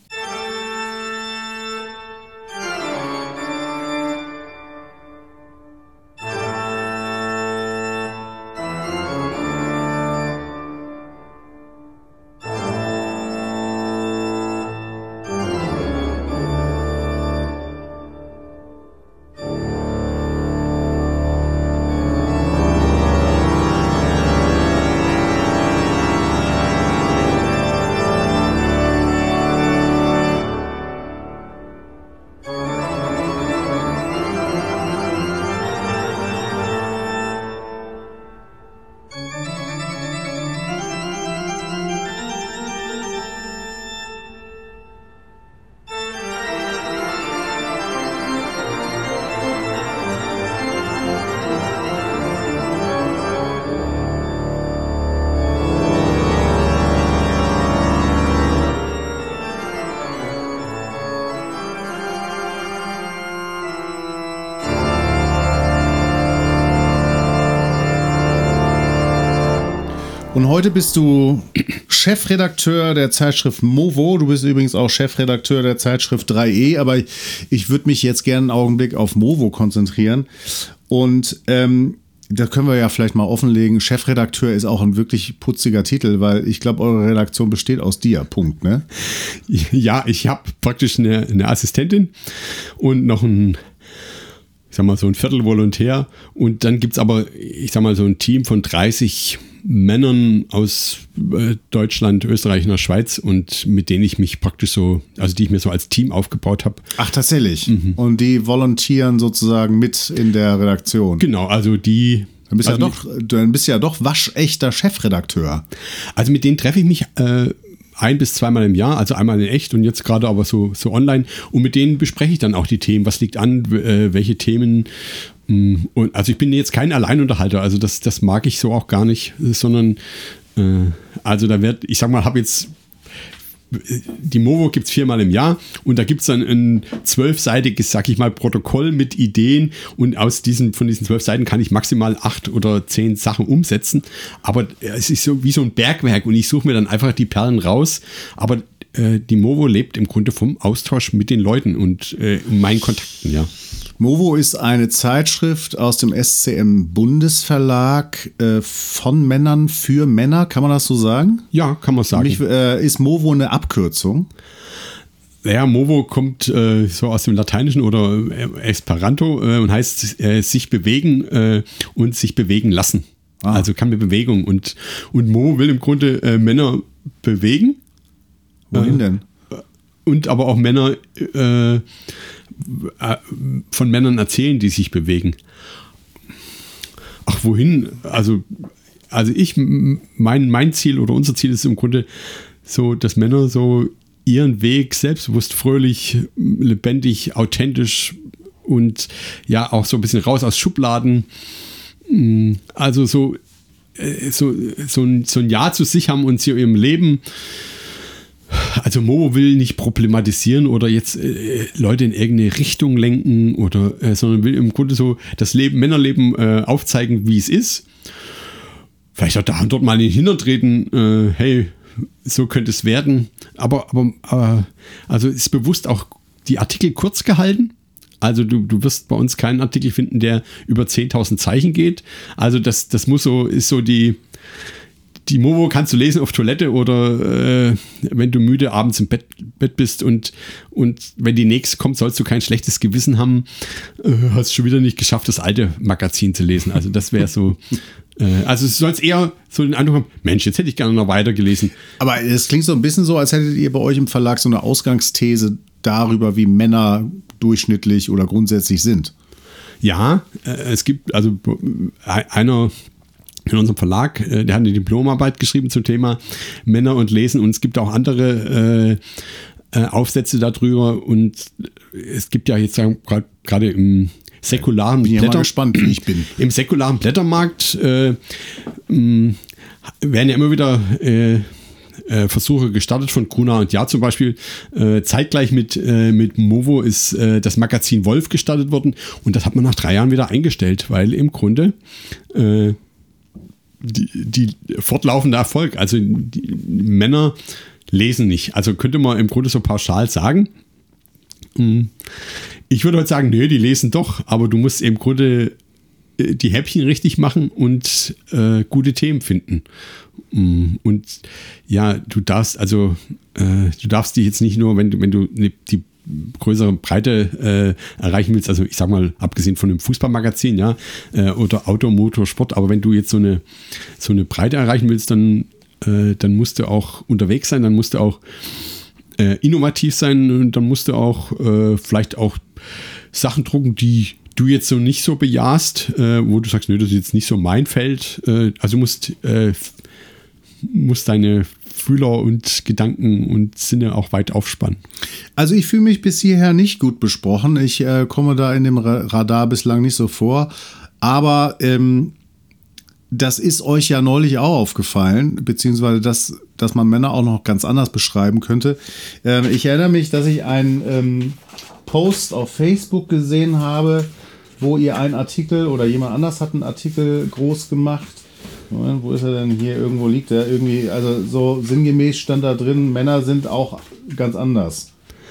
Und heute bist du Chefredakteur der Zeitschrift Movo. Du bist übrigens auch Chefredakteur der Zeitschrift drei E. Aber ich würde mich jetzt gerne einen Augenblick auf Movo konzentrieren. Und ähm, da können wir ja vielleicht mal offenlegen. Chefredakteur ist auch ein wirklich putziger Titel, weil ich glaube, eure Redaktion besteht aus dir. Punkt, ne? Ja, ich habe praktisch eine, eine Assistentin und noch ein, ich sag mal, so ein Viertel Volontär. Und dann gibt es aber, ich sag mal, so ein Team von dreißig Männern aus äh, Deutschland, Österreich und der Schweiz, und mit denen ich mich praktisch so, also die ich mir so als Team aufgebaut habe. Ach, tatsächlich. Mhm. Und die volontieren sozusagen mit in der Redaktion. Genau, also die. Dann bist, also ja doch, dann bist du ja doch waschechter Chefredakteur. Also mit denen treffe ich mich äh, ein bis zweimal im Jahr, also einmal in echt und jetzt gerade aber so, so online. Und mit denen bespreche ich dann auch die Themen. Was liegt an, äh, welche Themen. Und also ich bin jetzt kein Alleinunterhalter, also das, das mag ich so auch gar nicht, sondern äh, also da wird, ich sag mal, habe jetzt die Movo gibt es viermal im Jahr und da gibt es dann ein zwölfseitiges, sag ich mal, Protokoll mit Ideen und aus diesen, von diesen zwölf Seiten kann ich maximal acht oder zehn Sachen umsetzen, aber es ist so wie so ein Bergwerk und ich suche mir dann einfach die Perlen raus, aber äh, die Movo lebt im Grunde vom Austausch mit den Leuten und äh, meinen Kontakten, ja. Movo ist eine Zeitschrift aus dem S C M-Bundesverlag äh, von Männern für Männer, kann man das so sagen? Ja, kann man sagen. Mich, äh, ist Movo eine Abkürzung? Ja, Movo kommt äh, so aus dem Lateinischen oder äh, Esperanto äh, und heißt äh, sich bewegen äh, und sich bewegen lassen. Ah. Also kann mit Bewegung und, und Mo will im Grunde äh, Männer bewegen. Wohin äh, denn? Und aber auch Männer äh, von Männern erzählen, die sich bewegen. Ach, wohin? Also, also ich, mein, mein Ziel oder unser Ziel ist im Grunde so, dass Männer so ihren Weg selbstbewusst, fröhlich, lebendig, authentisch und ja auch so ein bisschen raus aus Schubladen. Also so, so, so, ein, so ein Ja zu sich haben und zu ihrem Leben. Also Mo will nicht problematisieren oder jetzt äh, Leute in irgendeine Richtung lenken oder, äh, sondern will im Grunde so das Leben, Männerleben äh, aufzeigen, wie es ist. Vielleicht auch da und dort mal in den Hintern treten, äh, hey, so könnte es werden. Aber, aber äh, also ist bewusst auch die Artikel kurz gehalten. Also du, du wirst bei uns keinen Artikel finden, der über zehntausend Zeichen geht. Also das, das muss so, ist so die Die Movo kannst du lesen auf Toilette oder äh, wenn du müde abends im Bett, Bett bist und, und wenn die nächste kommt, sollst du kein schlechtes Gewissen haben. Äh, hast schon wieder nicht geschafft, das alte Magazin zu lesen. Also das wäre so, äh, also es soll eher so den Eindruck haben, Mensch, jetzt hätte ich gerne noch weiter gelesen. Aber es klingt so ein bisschen so, als hättet ihr bei euch im Verlag so eine Ausgangsthese darüber, wie Männer durchschnittlich oder grundsätzlich sind. Ja, äh, es gibt also einer in unserem Verlag, äh, der hat eine Diplomarbeit geschrieben zum Thema Männer und Lesen und es gibt auch andere äh, äh, Aufsätze darüber und es gibt ja jetzt gerade im säkularen bin Blätter, mal gespannt, wie ich bin. Im säkularen Blättermarkt äh, mh, werden ja immer wieder äh, äh, Versuche gestartet von Gruner und Jahr zum Beispiel. Äh, zeitgleich mit, äh, mit Movo ist äh, das Magazin Wolf gestartet worden und das hat man nach drei Jahren wieder eingestellt, weil im Grunde äh, Die, die fortlaufende Erfolg, also die Männer lesen nicht. Also könnte man im Grunde so pauschal sagen. Ich würde heute sagen, nö, die lesen doch, aber du musst im Grunde die Häppchen richtig machen und äh, gute Themen finden. Und ja, du darfst also, äh, du darfst die jetzt nicht nur, wenn du, wenn du die größere Breite äh, erreichen willst, also ich sag mal, abgesehen von einem Fußballmagazin, ja, äh, oder Auto, Motor, Sport, aber wenn du jetzt so eine, so eine Breite erreichen willst, dann, äh, dann musst du auch unterwegs sein, dann musst du auch äh, innovativ sein und dann musst du auch äh, vielleicht auch Sachen drucken, die du jetzt so nicht so bejahst, äh, wo du sagst, nö, das ist jetzt nicht so mein Feld, äh, also musst, äh, musst deine Fühler und Gedanken und Sinne auch weit aufspannen. Also ich fühle mich bis hierher nicht gut besprochen. Ich äh, komme da in dem Radar bislang nicht so vor. Aber ähm, das ist euch ja neulich auch aufgefallen, beziehungsweise dass, dass man Männer auch noch ganz anders beschreiben könnte. Ähm, ich erinnere mich, dass ich einen ähm, Post auf Facebook gesehen habe, wo ihr einen Artikel oder jemand anders hat einen Artikel groß gemacht. Moment, wo ist er denn hier? Irgendwo liegt er. Irgendwie, also so sinngemäß stand da drin, Männer sind auch ganz anders.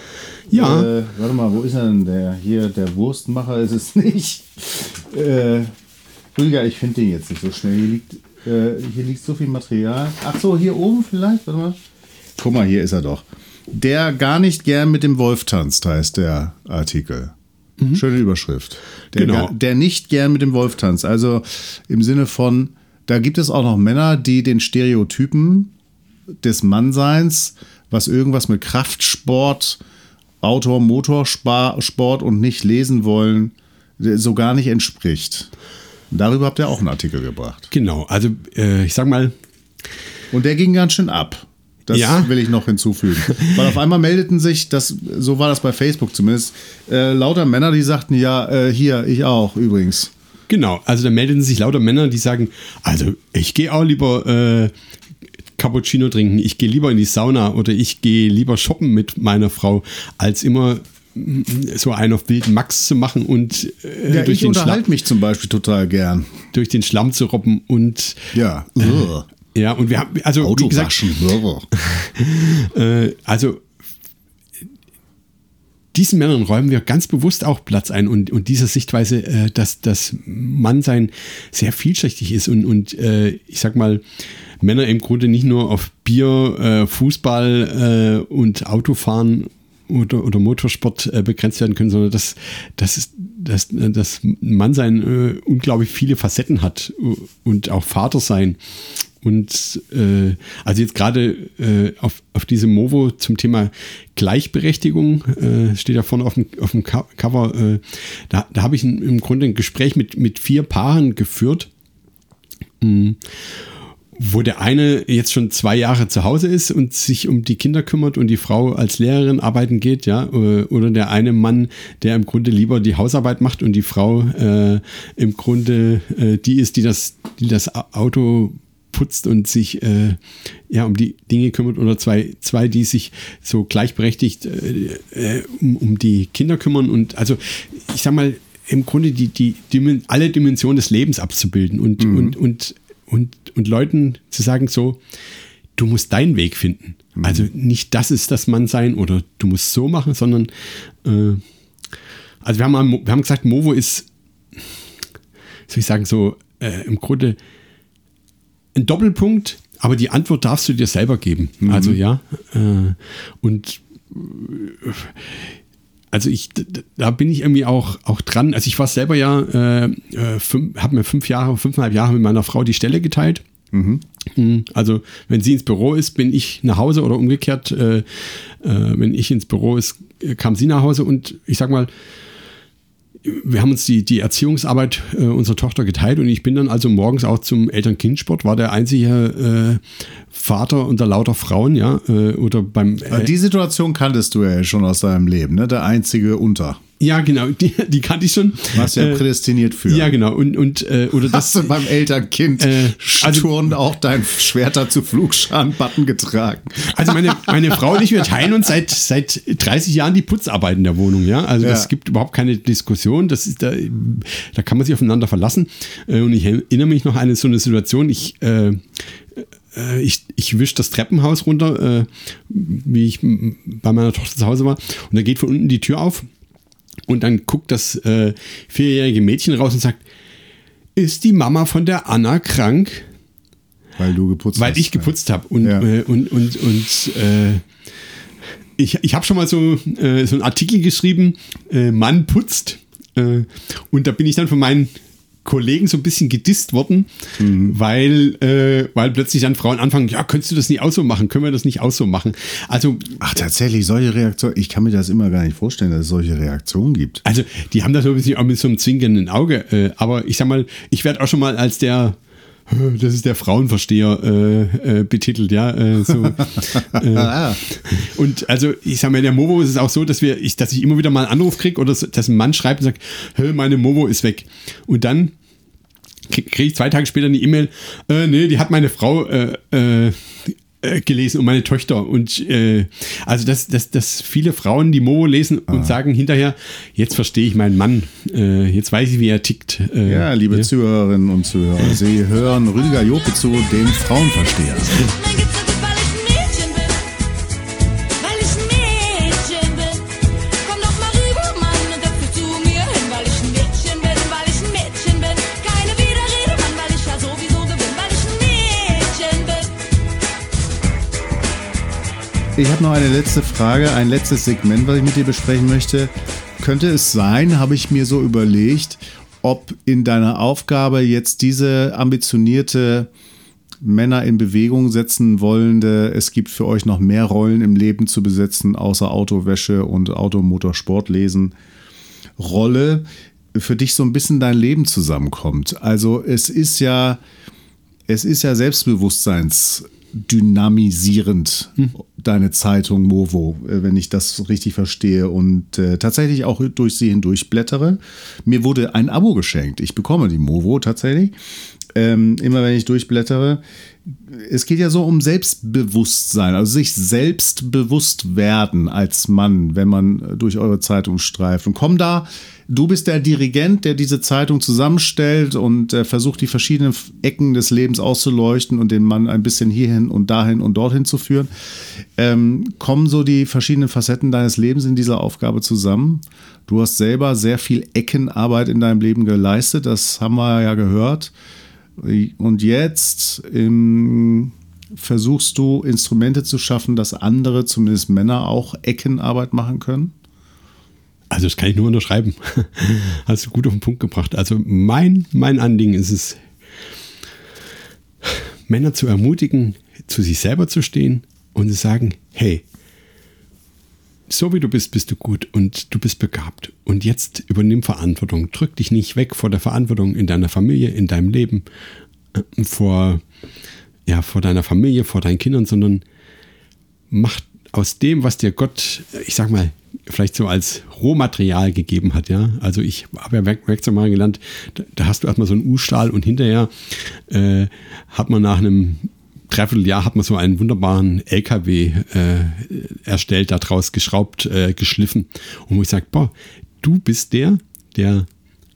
Ja. Äh, warte mal, wo ist er denn? Der hier, der Wurstmacher ist es nicht. Äh, Rüdiger, ich finde den jetzt nicht so schnell. Hier liegt, äh, hier liegt so viel Material. Ach so, hier oben vielleicht? Warte mal. Guck mal, hier ist er doch. Der gar nicht gern mit dem Wolf tanzt, heißt der Artikel. Mhm. Schöne Überschrift. Der, genau. Der nicht gern mit dem Wolf tanzt. Also im Sinne von, da gibt es auch noch Männer, die den Stereotypen des Mannseins, was irgendwas mit Kraftsport, Autor, Motorsport und nicht lesen wollen, so gar nicht entspricht. Darüber habt ihr auch einen Artikel gebracht. Genau, also äh, ich sag mal. Und der ging ganz schön ab. Das ja. will ich noch hinzufügen. Weil auf einmal meldeten sich, das, so war das bei Facebook zumindest, äh, lauter Männer, die sagten, ja, äh, hier, ich auch übrigens. Genau, also da meldeten sich lauter Männer, die sagen, also ich gehe auch lieber äh, Cappuccino trinken, ich gehe lieber in die Sauna oder ich gehe lieber shoppen mit meiner Frau, als immer so einen auf wilden Max zu machen und äh, Ja, durch, ich den unterhalte Schlamm, mich zum Beispiel total gern. durch den Schlamm zu robben und Ja. äh, ja, und wir haben, also wie gesagt, Autowaschen. äh, also diesen Männern räumen wir ganz bewusst auch Platz ein und, und dieser Sichtweise, äh, dass das Mannsein sehr vielschichtig ist und, und äh, ich sag mal, Männer im Grunde nicht nur auf Bier, äh, Fußball äh, und Autofahren oder, oder Motorsport äh, begrenzt werden können, sondern dass, dass, dass, dass Mannsein äh, unglaublich viele Facetten hat und auch Vater sein. Und äh, also jetzt gerade äh, auf, auf diesem Movo zum Thema Gleichberechtigung, äh, steht ja vorne auf dem, auf dem Cover, äh, da, da habe ich ein, im Grunde ein Gespräch mit, mit vier Paaren geführt, mh, wo der eine jetzt schon zwei Jahre zu Hause ist und sich um die Kinder kümmert und die Frau als Lehrerin arbeiten geht, ja, oder der eine Mann, der im Grunde lieber die Hausarbeit macht und die Frau äh, im Grunde äh, die ist, die das, die das Auto putzt und sich äh, ja um die Dinge kümmert, oder zwei, zwei die sich so gleichberechtigt äh, um, um die Kinder kümmern und also ich sag mal im Grunde die, die, die alle Dimensionen des Lebens abzubilden und, mhm. und, und Und, und Leuten zu sagen so, du musst deinen Weg finden. Mhm. Also nicht das ist das Mannsein oder du musst so machen, sondern äh, also wir haben, wir haben gesagt, Movo ist, soll ich sagen, so äh, im Grunde ein Doppelpunkt, aber die Antwort darfst du dir selber geben. Mhm. Also ja, äh, und äh, also ich, da bin ich irgendwie auch, auch dran. Also ich war selber ja, äh, habe mir fünf Jahre, fünfeinhalb Jahre mit meiner Frau die Stelle geteilt. Mhm. Also wenn sie ins Büro ist, bin ich nach Hause oder umgekehrt. Äh, äh, wenn ich ins Büro ist, kam sie nach Hause und ich sag mal, wir haben uns die, die Erziehungsarbeit äh, unserer Tochter geteilt und ich bin dann also morgens auch zum Eltern-Kind-Sport, war der einzige äh, Vater unter lauter Frauen, ja, äh, oder beim... Äh, die Situation kanntest du ja schon aus deinem Leben, ne? Der einzige unter. Ja, genau, die, die kannte ich schon. Warst ja äh, prädestiniert für. Ja, genau. Und, und, äh, oder Hast das, du beim Elternkind äh, Turn also, auch dein Schwerter zu Flugscharen-Button getragen? Also meine, meine Frau und ich, wir teilen uns seit, seit dreißig Jahren die Putzarbeit in der Wohnung, ja. Also es ja. gibt überhaupt keine Diskussion. Das ist da, da kann man sich aufeinander verlassen. Und ich erinnere mich noch an eine, so eine Situation, ich äh, Ich, ich wische das Treppenhaus runter, äh, wie ich bei meiner Tochter zu Hause war. Und da geht von unten die Tür auf. Und dann guckt das äh, vierjährige Mädchen raus und sagt, ist die Mama von der Anna krank? Weil du geputzt Weil hast. Weil ich geputzt habe. Und, ja. äh, und, und, und äh, ich, ich habe schon mal so, äh, so einen Artikel geschrieben, äh, Mann putzt. Äh, und da bin ich dann von meinen Kollegen so ein bisschen gedisst worden, mhm. weil, äh, weil plötzlich dann Frauen anfangen, ja, könntest du das nicht auch so machen? Können wir das nicht auch so machen? Also, ach, tatsächlich, solche Reaktionen, ich kann mir das immer gar nicht vorstellen, dass es solche Reaktionen gibt. Also, die haben das so ein bisschen auch mit so einem zwingenden Auge, äh, aber ich sag mal, ich werde auch schon mal als der, das ist der Frauenversteher äh, äh, betitelt, ja. Äh, so, äh, und also, ich sag mal, in der Movo ist es auch so, dass wir, ich, dass ich immer wieder mal einen Anruf kriege oder so, dass ein Mann schreibt und sagt, meine Movo ist weg. Und dann kriege krieg ich zwei Tage später eine E-Mail, äh, nee, die hat meine Frau äh, äh, gelesen und meine Töchter. Und äh, also, dass, dass, dass viele Frauen die Movo lesen und ah. sagen hinterher, jetzt verstehe ich meinen Mann, äh, jetzt weiß ich, wie er tickt. Äh, ja, liebe ja. Zuhörerinnen und Zuhörer, Sie hören Rüdiger Jope zu, dem Frauenversteher. Ich habe noch eine letzte Frage, ein letztes Segment, was ich mit dir besprechen möchte. Könnte es sein, habe ich mir so überlegt, ob in deiner Aufgabe jetzt diese ambitionierte Männer in Bewegung setzen wollende, es gibt für euch noch mehr Rollen im Leben zu besetzen, außer Autowäsche und Automotorsport lesen, Rolle für dich so ein bisschen dein Leben zusammenkommt. Also es ist ja, es ist ja Selbstbewusstseins dynamisierend, hm. deine Zeitung Movo, wenn ich das richtig verstehe und äh, tatsächlich auch durch sie hindurch blättere. Mir wurde ein Abo geschenkt. Ich bekomme die Movo tatsächlich. ähm, immer wenn ich durchblättere. Es geht ja so um Selbstbewusstsein, also sich selbst bewusst werden als Mann, wenn man durch eure Zeitung streift. Und komm da, du bist der Dirigent, der diese Zeitung zusammenstellt und äh, versucht, die verschiedenen Ecken des Lebens auszuleuchten und den Mann ein bisschen hierhin und dahin und dorthin zu führen. Ähm, kommen so die verschiedenen Facetten deines Lebens in dieser Aufgabe zusammen? Du hast selber sehr viel Eckenarbeit in deinem Leben geleistet, das haben wir ja gehört. Und jetzt ähm, versuchst du, Instrumente zu schaffen, dass andere, zumindest Männer, auch Eckenarbeit machen können? Also das kann ich nur unterschreiben. Hast du gut auf den Punkt gebracht. Also mein, mein Anliegen ist es, Männer zu ermutigen, zu sich selber zu stehen und zu sagen, hey, so wie du bist, bist du gut und du bist begabt. Und jetzt übernimm Verantwortung. Drück dich nicht weg vor der Verantwortung in deiner Familie, in deinem Leben, äh, vor, ja, vor deiner Familie, vor deinen Kindern, sondern mach aus dem, was dir Gott, ich sag mal, vielleicht so als Rohmaterial gegeben hat, ja. Also ich habe ja Werk Werkzeug machen gelernt, da, da hast du erstmal so einen U-Stahl und hinterher äh, hat man nach einem Dreivierteljahr hat man so einen wunderbaren L K W äh, erstellt, daraus geschraubt, äh, geschliffen. Und wo ich sage, boah, du bist der, der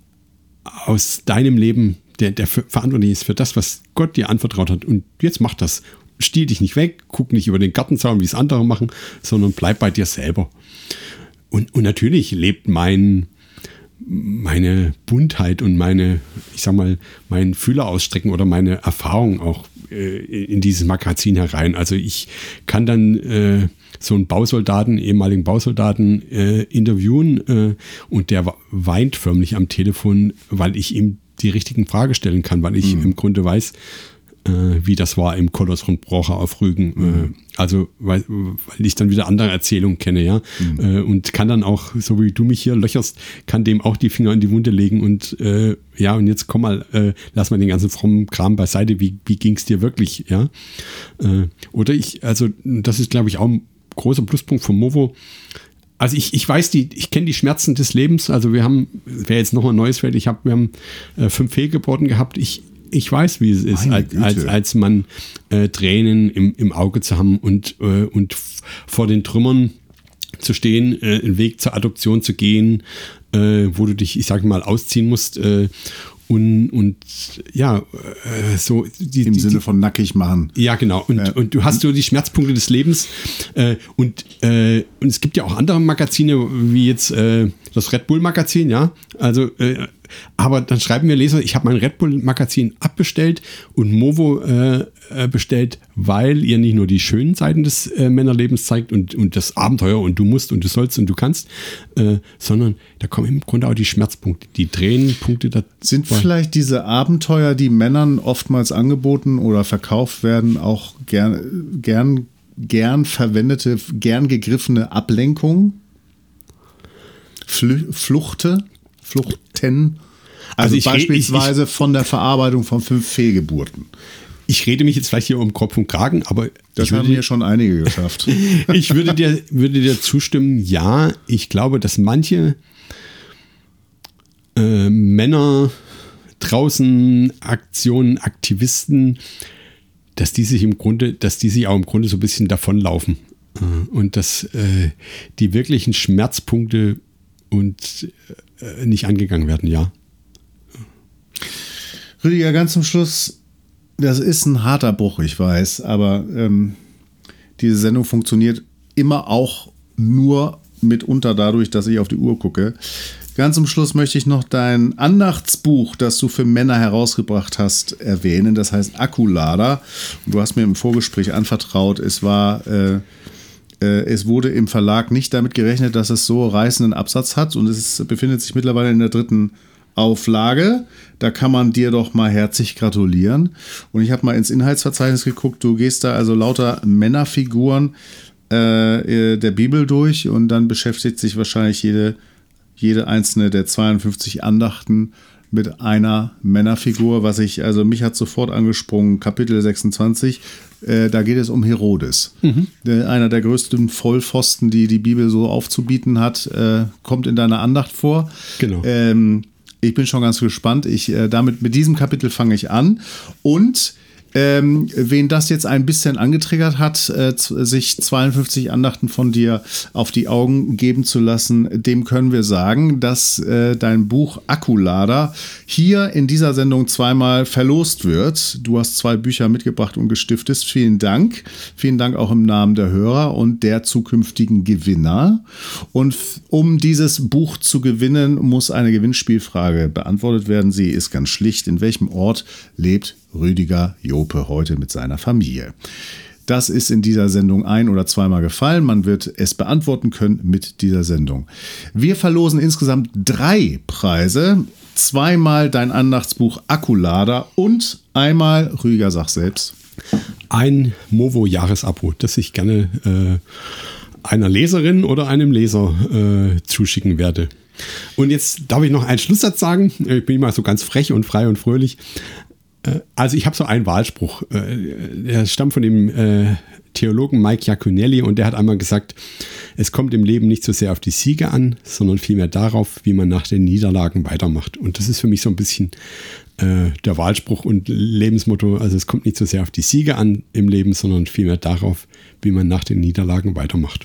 aus deinem Leben, der, der verantwortlich ist für das, was Gott dir anvertraut hat. Und jetzt mach das. Stiehl dich nicht weg, guck nicht über den Gartenzaun, wie es andere machen, sondern bleib bei dir selber. Und, und natürlich lebt mein meine Buntheit und meine, ich sag mal, meinen Fühler ausstrecken oder meine Erfahrung auch äh, in dieses Magazin herein. Also ich kann dann äh, so einen Bausoldaten, ehemaligen Bausoldaten äh, interviewen äh, und der weint förmlich am Telefon, weil ich ihm die richtigen Fragen stellen kann, weil ich mhm. im Grunde weiß, äh, wie das war im Kolosrundbrocher auf Rügen. Mhm. Äh, also weil, weil ich dann wieder andere Erzählungen kenne, ja. Mhm. Äh, und kann dann auch, so wie du mich hier löcherst, kann dem auch die Finger in die Wunde legen und äh, ja, und jetzt komm mal, äh, lass mal den ganzen frommen Kram beiseite, wie, wie ging es dir wirklich, ja. Äh, oder ich, also das ist, glaube ich, auch ein großer Pluspunkt von Movo. Also ich, ich weiß, die, ich kenne die Schmerzen des Lebens. Also wir haben, wäre jetzt noch ein neues Feld, ich hab, wir haben äh, fünf Fehlgeburten gehabt. Ich, ich weiß, wie es ist, als, als, als Mann äh, Tränen im, im Auge zu haben und, äh, und vor den Trümmern zu stehen, äh, einen Weg zur Adoption zu gehen, äh, wo du dich, ich sage mal, ausziehen musst. Äh, Und, und ja, äh, so die, im die, Sinne von nackig machen. Ja, genau. Und, ja. und du hast so die Schmerzpunkte des Lebens. Äh, und, äh, und es gibt ja auch andere Magazine, wie jetzt äh, das Red Bull Magazin, ja. Also, äh, aber dann schreiben mir Leser, ich habe mein Red Bull Magazin abbestellt und Movo äh, bestellt, weil ihr nicht nur die schönen Seiten des äh, Männerlebens zeigt und, und das Abenteuer und du musst und du sollst und du kannst, äh, sondern da kommen im Grunde auch die Schmerzpunkte, die Tränenpunkte. Da sind vielleicht diese Abenteuer, die Männern oftmals angeboten oder verkauft werden, auch gern, gern, gern verwendete, gern gegriffene Ablenkung? Flü Fluchte? Fluchten? Also, also ich beispielsweise ich, ich, von der Verarbeitung von fünf Fehlgeburten. Ich rede mich jetzt vielleicht hier um Kopf und Kragen, aber das haben mir schon einige geschafft. Ich würde dir, würde dir zustimmen, ja, ich glaube, dass manche äh, Männer draußen, Aktionen, Aktivisten, dass die sich im Grunde, dass die sich auch im Grunde so ein bisschen davonlaufen. Und dass äh, die wirklichen Schmerzpunkte und äh, nicht angegangen werden, ja. Rüdiger, ganz zum Schluss, das ist ein harter Bruch, ich weiß, aber ähm, diese Sendung funktioniert immer auch nur mitunter dadurch, dass ich auf die Uhr gucke. Ganz zum Schluss möchte ich noch dein Andachtsbuch, das du für Männer herausgebracht hast, erwähnen. Das heißt Akkulader. Und du hast mir im Vorgespräch anvertraut, es war, äh, äh, es wurde im Verlag nicht damit gerechnet, dass es so reißenden Absatz hat. Und es ist, befindet sich mittlerweile in der dritten Auflage. Da kann man dir doch mal herzlich gratulieren. Und ich habe mal ins Inhaltsverzeichnis geguckt. Du gehst da also lauter Männerfiguren äh, der Bibel durch und dann beschäftigt sich wahrscheinlich jede, jede einzelne der zweiundfünfzig Andachten mit einer Männerfigur, was ich, also mich hat sofort angesprungen, Kapitel sechsundzwanzig, äh, da geht es um Herodes. Mhm. Der, einer der größten Vollpfosten, die die Bibel so aufzubieten hat, äh, kommt in deiner Andacht vor. Genau. Ähm, Ich bin schon ganz gespannt. Ich, äh, damit, mit diesem Kapitel fange ich an. Und Ähm, wen das jetzt ein bisschen angetriggert hat, äh, sich zweiundfünfzig Andachten von dir auf die Augen geben zu lassen, dem können wir sagen, dass äh, dein Buch Akkulader hier in dieser Sendung zweimal verlost wird. Du hast zwei Bücher mitgebracht und gestiftet. Vielen Dank. Vielen Dank auch im Namen der Hörer und der zukünftigen Gewinner. Und f- um dieses Buch zu gewinnen, muss eine Gewinnspielfrage beantwortet werden. Sie ist ganz schlicht. In welchem Ort lebt Rüdiger Jope heute mit seiner Familie? Das ist in dieser Sendung ein- oder zweimal gefallen. Man wird es beantworten können mit dieser Sendung. Wir verlosen insgesamt drei Preise. Zweimal dein Andachtsbuch Akkulader und einmal, Rüdiger, sag selbst. Ein Movo-Jahresabo, das ich gerne äh, einer Leserin oder einem Leser äh, zuschicken werde. Und jetzt darf ich noch einen Schlusssatz sagen. Ich bin mal so ganz frech und frei und fröhlich. Also ich habe so einen Wahlspruch, der stammt von dem äh, Theologen Mike Iaconelli und der hat einmal gesagt, es kommt im Leben nicht so sehr auf die Siege an, sondern vielmehr darauf, wie man nach den Niederlagen weitermacht. Und das ist für mich so ein bisschen äh, der Wahlspruch und Lebensmotto. Also es kommt nicht so sehr auf die Siege an im Leben, sondern vielmehr darauf, wie man nach den Niederlagen weitermacht.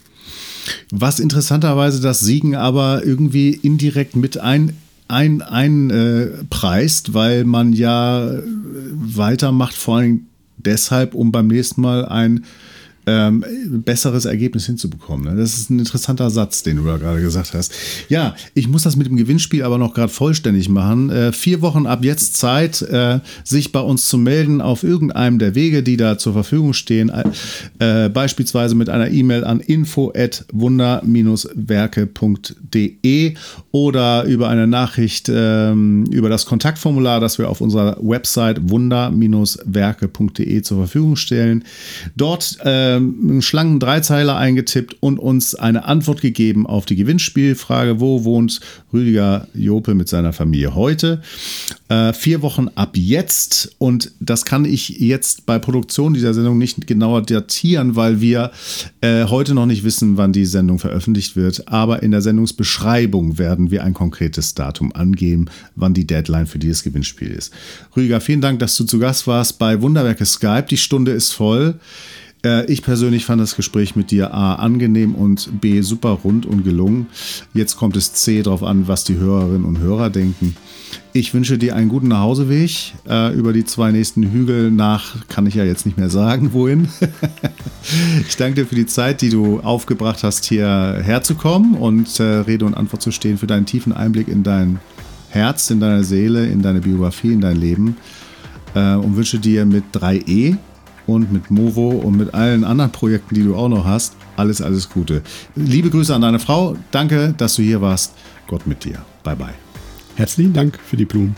Was interessanterweise das Siegen aber irgendwie indirekt mit ein ein, ein äh, preist, weil man ja weitermacht, vor allem deshalb, um beim nächsten Mal ein ähm, besseres Ergebnis hinzubekommen. Ne? Das ist ein interessanter Satz, den du da gerade gesagt hast. Ja, ich muss das mit dem Gewinnspiel aber noch gerade vollständig machen. Äh, vier Wochen ab jetzt Zeit, äh, sich bei uns zu melden auf irgendeinem der Wege, die da zur Verfügung stehen. Äh, beispielsweise mit einer E-Mail an info at wunder werke punkt de oder über eine Nachricht äh, über das Kontaktformular, das wir auf unserer Website wunder werke punkt de zur Verfügung stellen. Dort äh, einen schlanken Dreizeiler eingetippt und uns eine Antwort gegeben auf die Gewinnspielfrage, wo wohnt Rüdiger Jope mit seiner Familie heute? Äh, vier Wochen ab jetzt, und das kann ich jetzt bei Produktion dieser Sendung nicht genauer datieren, weil wir äh, heute noch nicht wissen, wann die Sendung veröffentlicht wird, aber in der Sendungsbeschreibung werden wir ein konkretes Datum angeben, wann die Deadline für dieses Gewinnspiel ist. Rüdiger, vielen Dank, dass du zu Gast warst bei Wunderwerke Skype. Die Stunde ist voll. Ich persönlich fand das Gespräch mit dir A angenehm und B super rund und gelungen. Jetzt kommt es C drauf an, was die Hörerinnen und Hörer denken. Ich wünsche dir einen guten Nachhauseweg. Äh, über die zwei nächsten Hügel nach kann ich ja jetzt nicht mehr sagen, wohin. Ich danke dir für die Zeit, die du aufgebracht hast, hierher zu kommen und äh, Rede und Antwort zu stehen, für deinen tiefen Einblick in dein Herz, in deine Seele, in deine Biografie, in dein Leben. Äh, und wünsche dir mit drei E und mit Movo und mit allen anderen Projekten, die du auch noch hast, alles, alles Gute. Liebe Grüße an deine Frau. Danke, dass du hier warst. Gott mit dir. Bye, bye. Herzlichen Dank für die Blumen.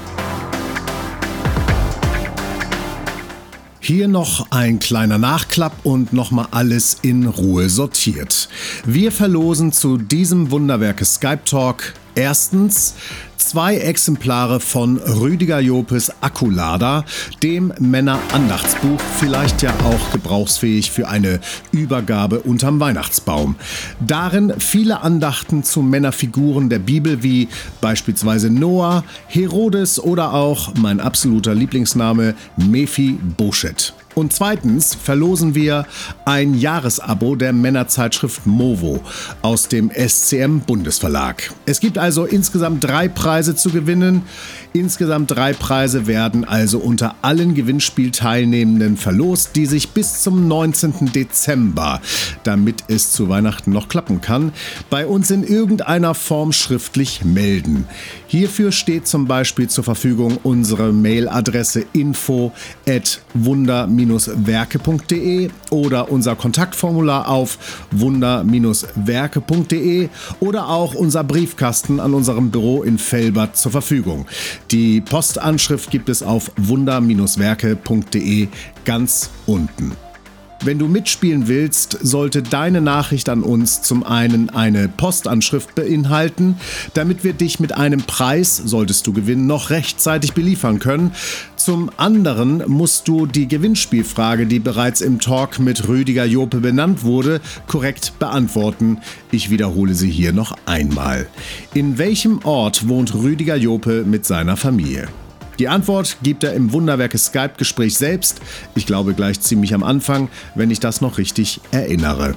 Hier noch ein kleiner Nachklapp und nochmal alles in Ruhe sortiert. Wir verlosen zu diesem Wunderwerke Skype Talk erstens zwei Exemplare von Rüdiger Jopes Akkulader, dem Männer-Andachtsbuch, vielleicht ja auch gebrauchsfähig für eine Übergabe unterm Weihnachtsbaum. Darin viele Andachten zu Männerfiguren der Bibel wie beispielsweise Noah, Herodes oder auch mein absoluter Lieblingsname Mephibosheth. Und zweitens verlosen wir ein Jahresabo der Männerzeitschrift Movo aus dem S C M Bundesverlag. Es gibt also insgesamt drei Preise zu gewinnen. Insgesamt drei Preise werden also unter allen Gewinnspielteilnehmenden verlost, die sich bis zum neunzehnten Dezember, damit es zu Weihnachten noch klappen kann, bei uns in irgendeiner Form schriftlich melden. Hierfür steht zum Beispiel zur Verfügung unsere Mailadresse info at wunder werke punkt de oder unser Kontaktformular auf wunder werke punkt de oder auch unser Briefkasten an unserem Büro in Velbert zur Verfügung. Die Postanschrift gibt es auf wunder werke punkt de ganz unten. Wenn du mitspielen willst, sollte deine Nachricht an uns zum einen eine Postanschrift beinhalten, damit wir dich mit einem Preis, solltest du gewinnen, noch rechtzeitig beliefern können. Zum anderen musst du die Gewinnspielfrage, die bereits im Talk mit Rüdiger Jope benannt wurde, korrekt beantworten. Ich wiederhole sie hier noch einmal. In welchem Ort wohnt Rüdiger Jope mit seiner Familie? Die Antwort gibt er im Wunderwerke-Skype-Gespräch selbst. Ich glaube gleich ziemlich am Anfang, wenn ich das noch richtig erinnere.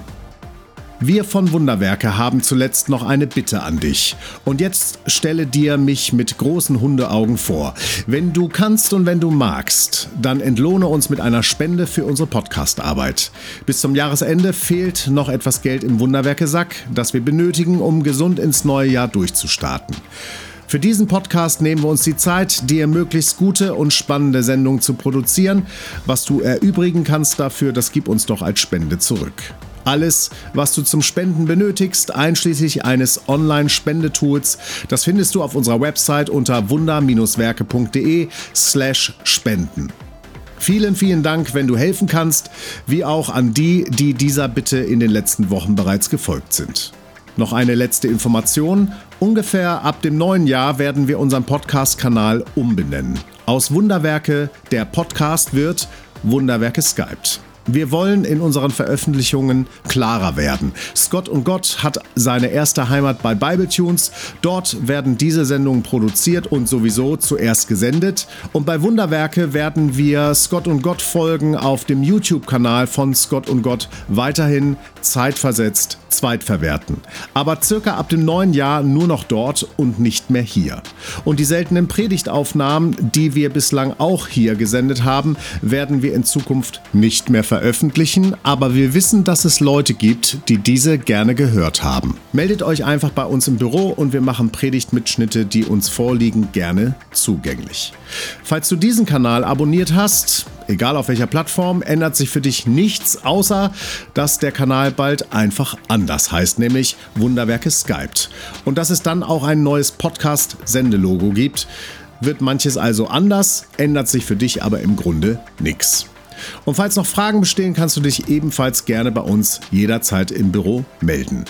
Wir von Wunderwerke haben zuletzt noch eine Bitte an dich. Und jetzt stelle dir mich mit großen Hundeaugen vor. Wenn du kannst und wenn du magst, dann entlohne uns mit einer Spende für unsere Podcast-Arbeit. Bis zum Jahresende fehlt noch etwas Geld im Wunderwerke-Sack, das wir benötigen, um gesund ins neue Jahr durchzustarten. Für diesen Podcast nehmen wir uns die Zeit, dir möglichst gute und spannende Sendungen zu produzieren. Was du erübrigen kannst dafür, das gib uns doch als Spende zurück. Alles, was du zum Spenden benötigst, einschließlich eines Online-Spendetools, das findest du auf unserer Website unter wunder-werke.de slash spenden. Vielen, vielen Dank, wenn du helfen kannst, wie auch an die, die dieser Bitte in den letzten Wochen bereits gefolgt sind. Noch eine letzte Information. Ungefähr ab dem neuen Jahr werden wir unseren Podcast-Kanal umbenennen. Aus Wunderwerke, der Podcast wird Wunderwerke Skypt. Wir wollen in unseren Veröffentlichungen klarer werden. Scott und Gott hat seine erste Heimat bei Bibletunes. Dort werden diese Sendungen produziert und sowieso zuerst gesendet. Und bei Wunderwerke werden wir Scott und Gott Folgen auf dem YouTube-Kanal von Scott und Gott weiterhin zeitversetzt zweitverwerten. Aber circa ab dem neuen Jahr nur noch dort und nicht mehr hier. Und die seltenen Predigtaufnahmen, die wir bislang auch hier gesendet haben, werden wir in Zukunft nicht mehr veröffentlichen. veröffentlichen, aber wir wissen, dass es Leute gibt, die diese gerne gehört haben. Meldet euch einfach bei uns im Büro und wir machen Predigtmitschnitte, die uns vorliegen, gerne zugänglich. Falls du diesen Kanal abonniert hast, egal auf welcher Plattform, ändert sich für dich nichts, außer dass der Kanal bald einfach anders heißt, nämlich Wunderwerke Skypt. Und dass es dann auch ein neues Podcast-Sendelogo gibt. Wird manches also anders, ändert sich für dich aber im Grunde nichts. Und falls noch Fragen bestehen, kannst du dich ebenfalls gerne bei uns jederzeit im Büro melden.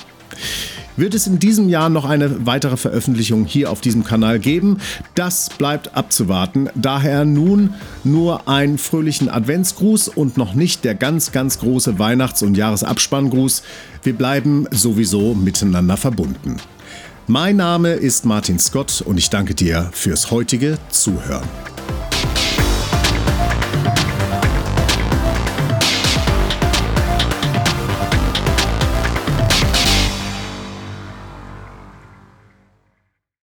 Wird es in diesem Jahr noch eine weitere Veröffentlichung hier auf diesem Kanal geben? Das bleibt abzuwarten. Daher nun nur einen fröhlichen Adventsgruß und noch nicht der ganz, ganz große Weihnachts- und Jahresabspanngruß. Wir bleiben sowieso miteinander verbunden. Mein Name ist Martin Scott und ich danke dir fürs heutige Zuhören.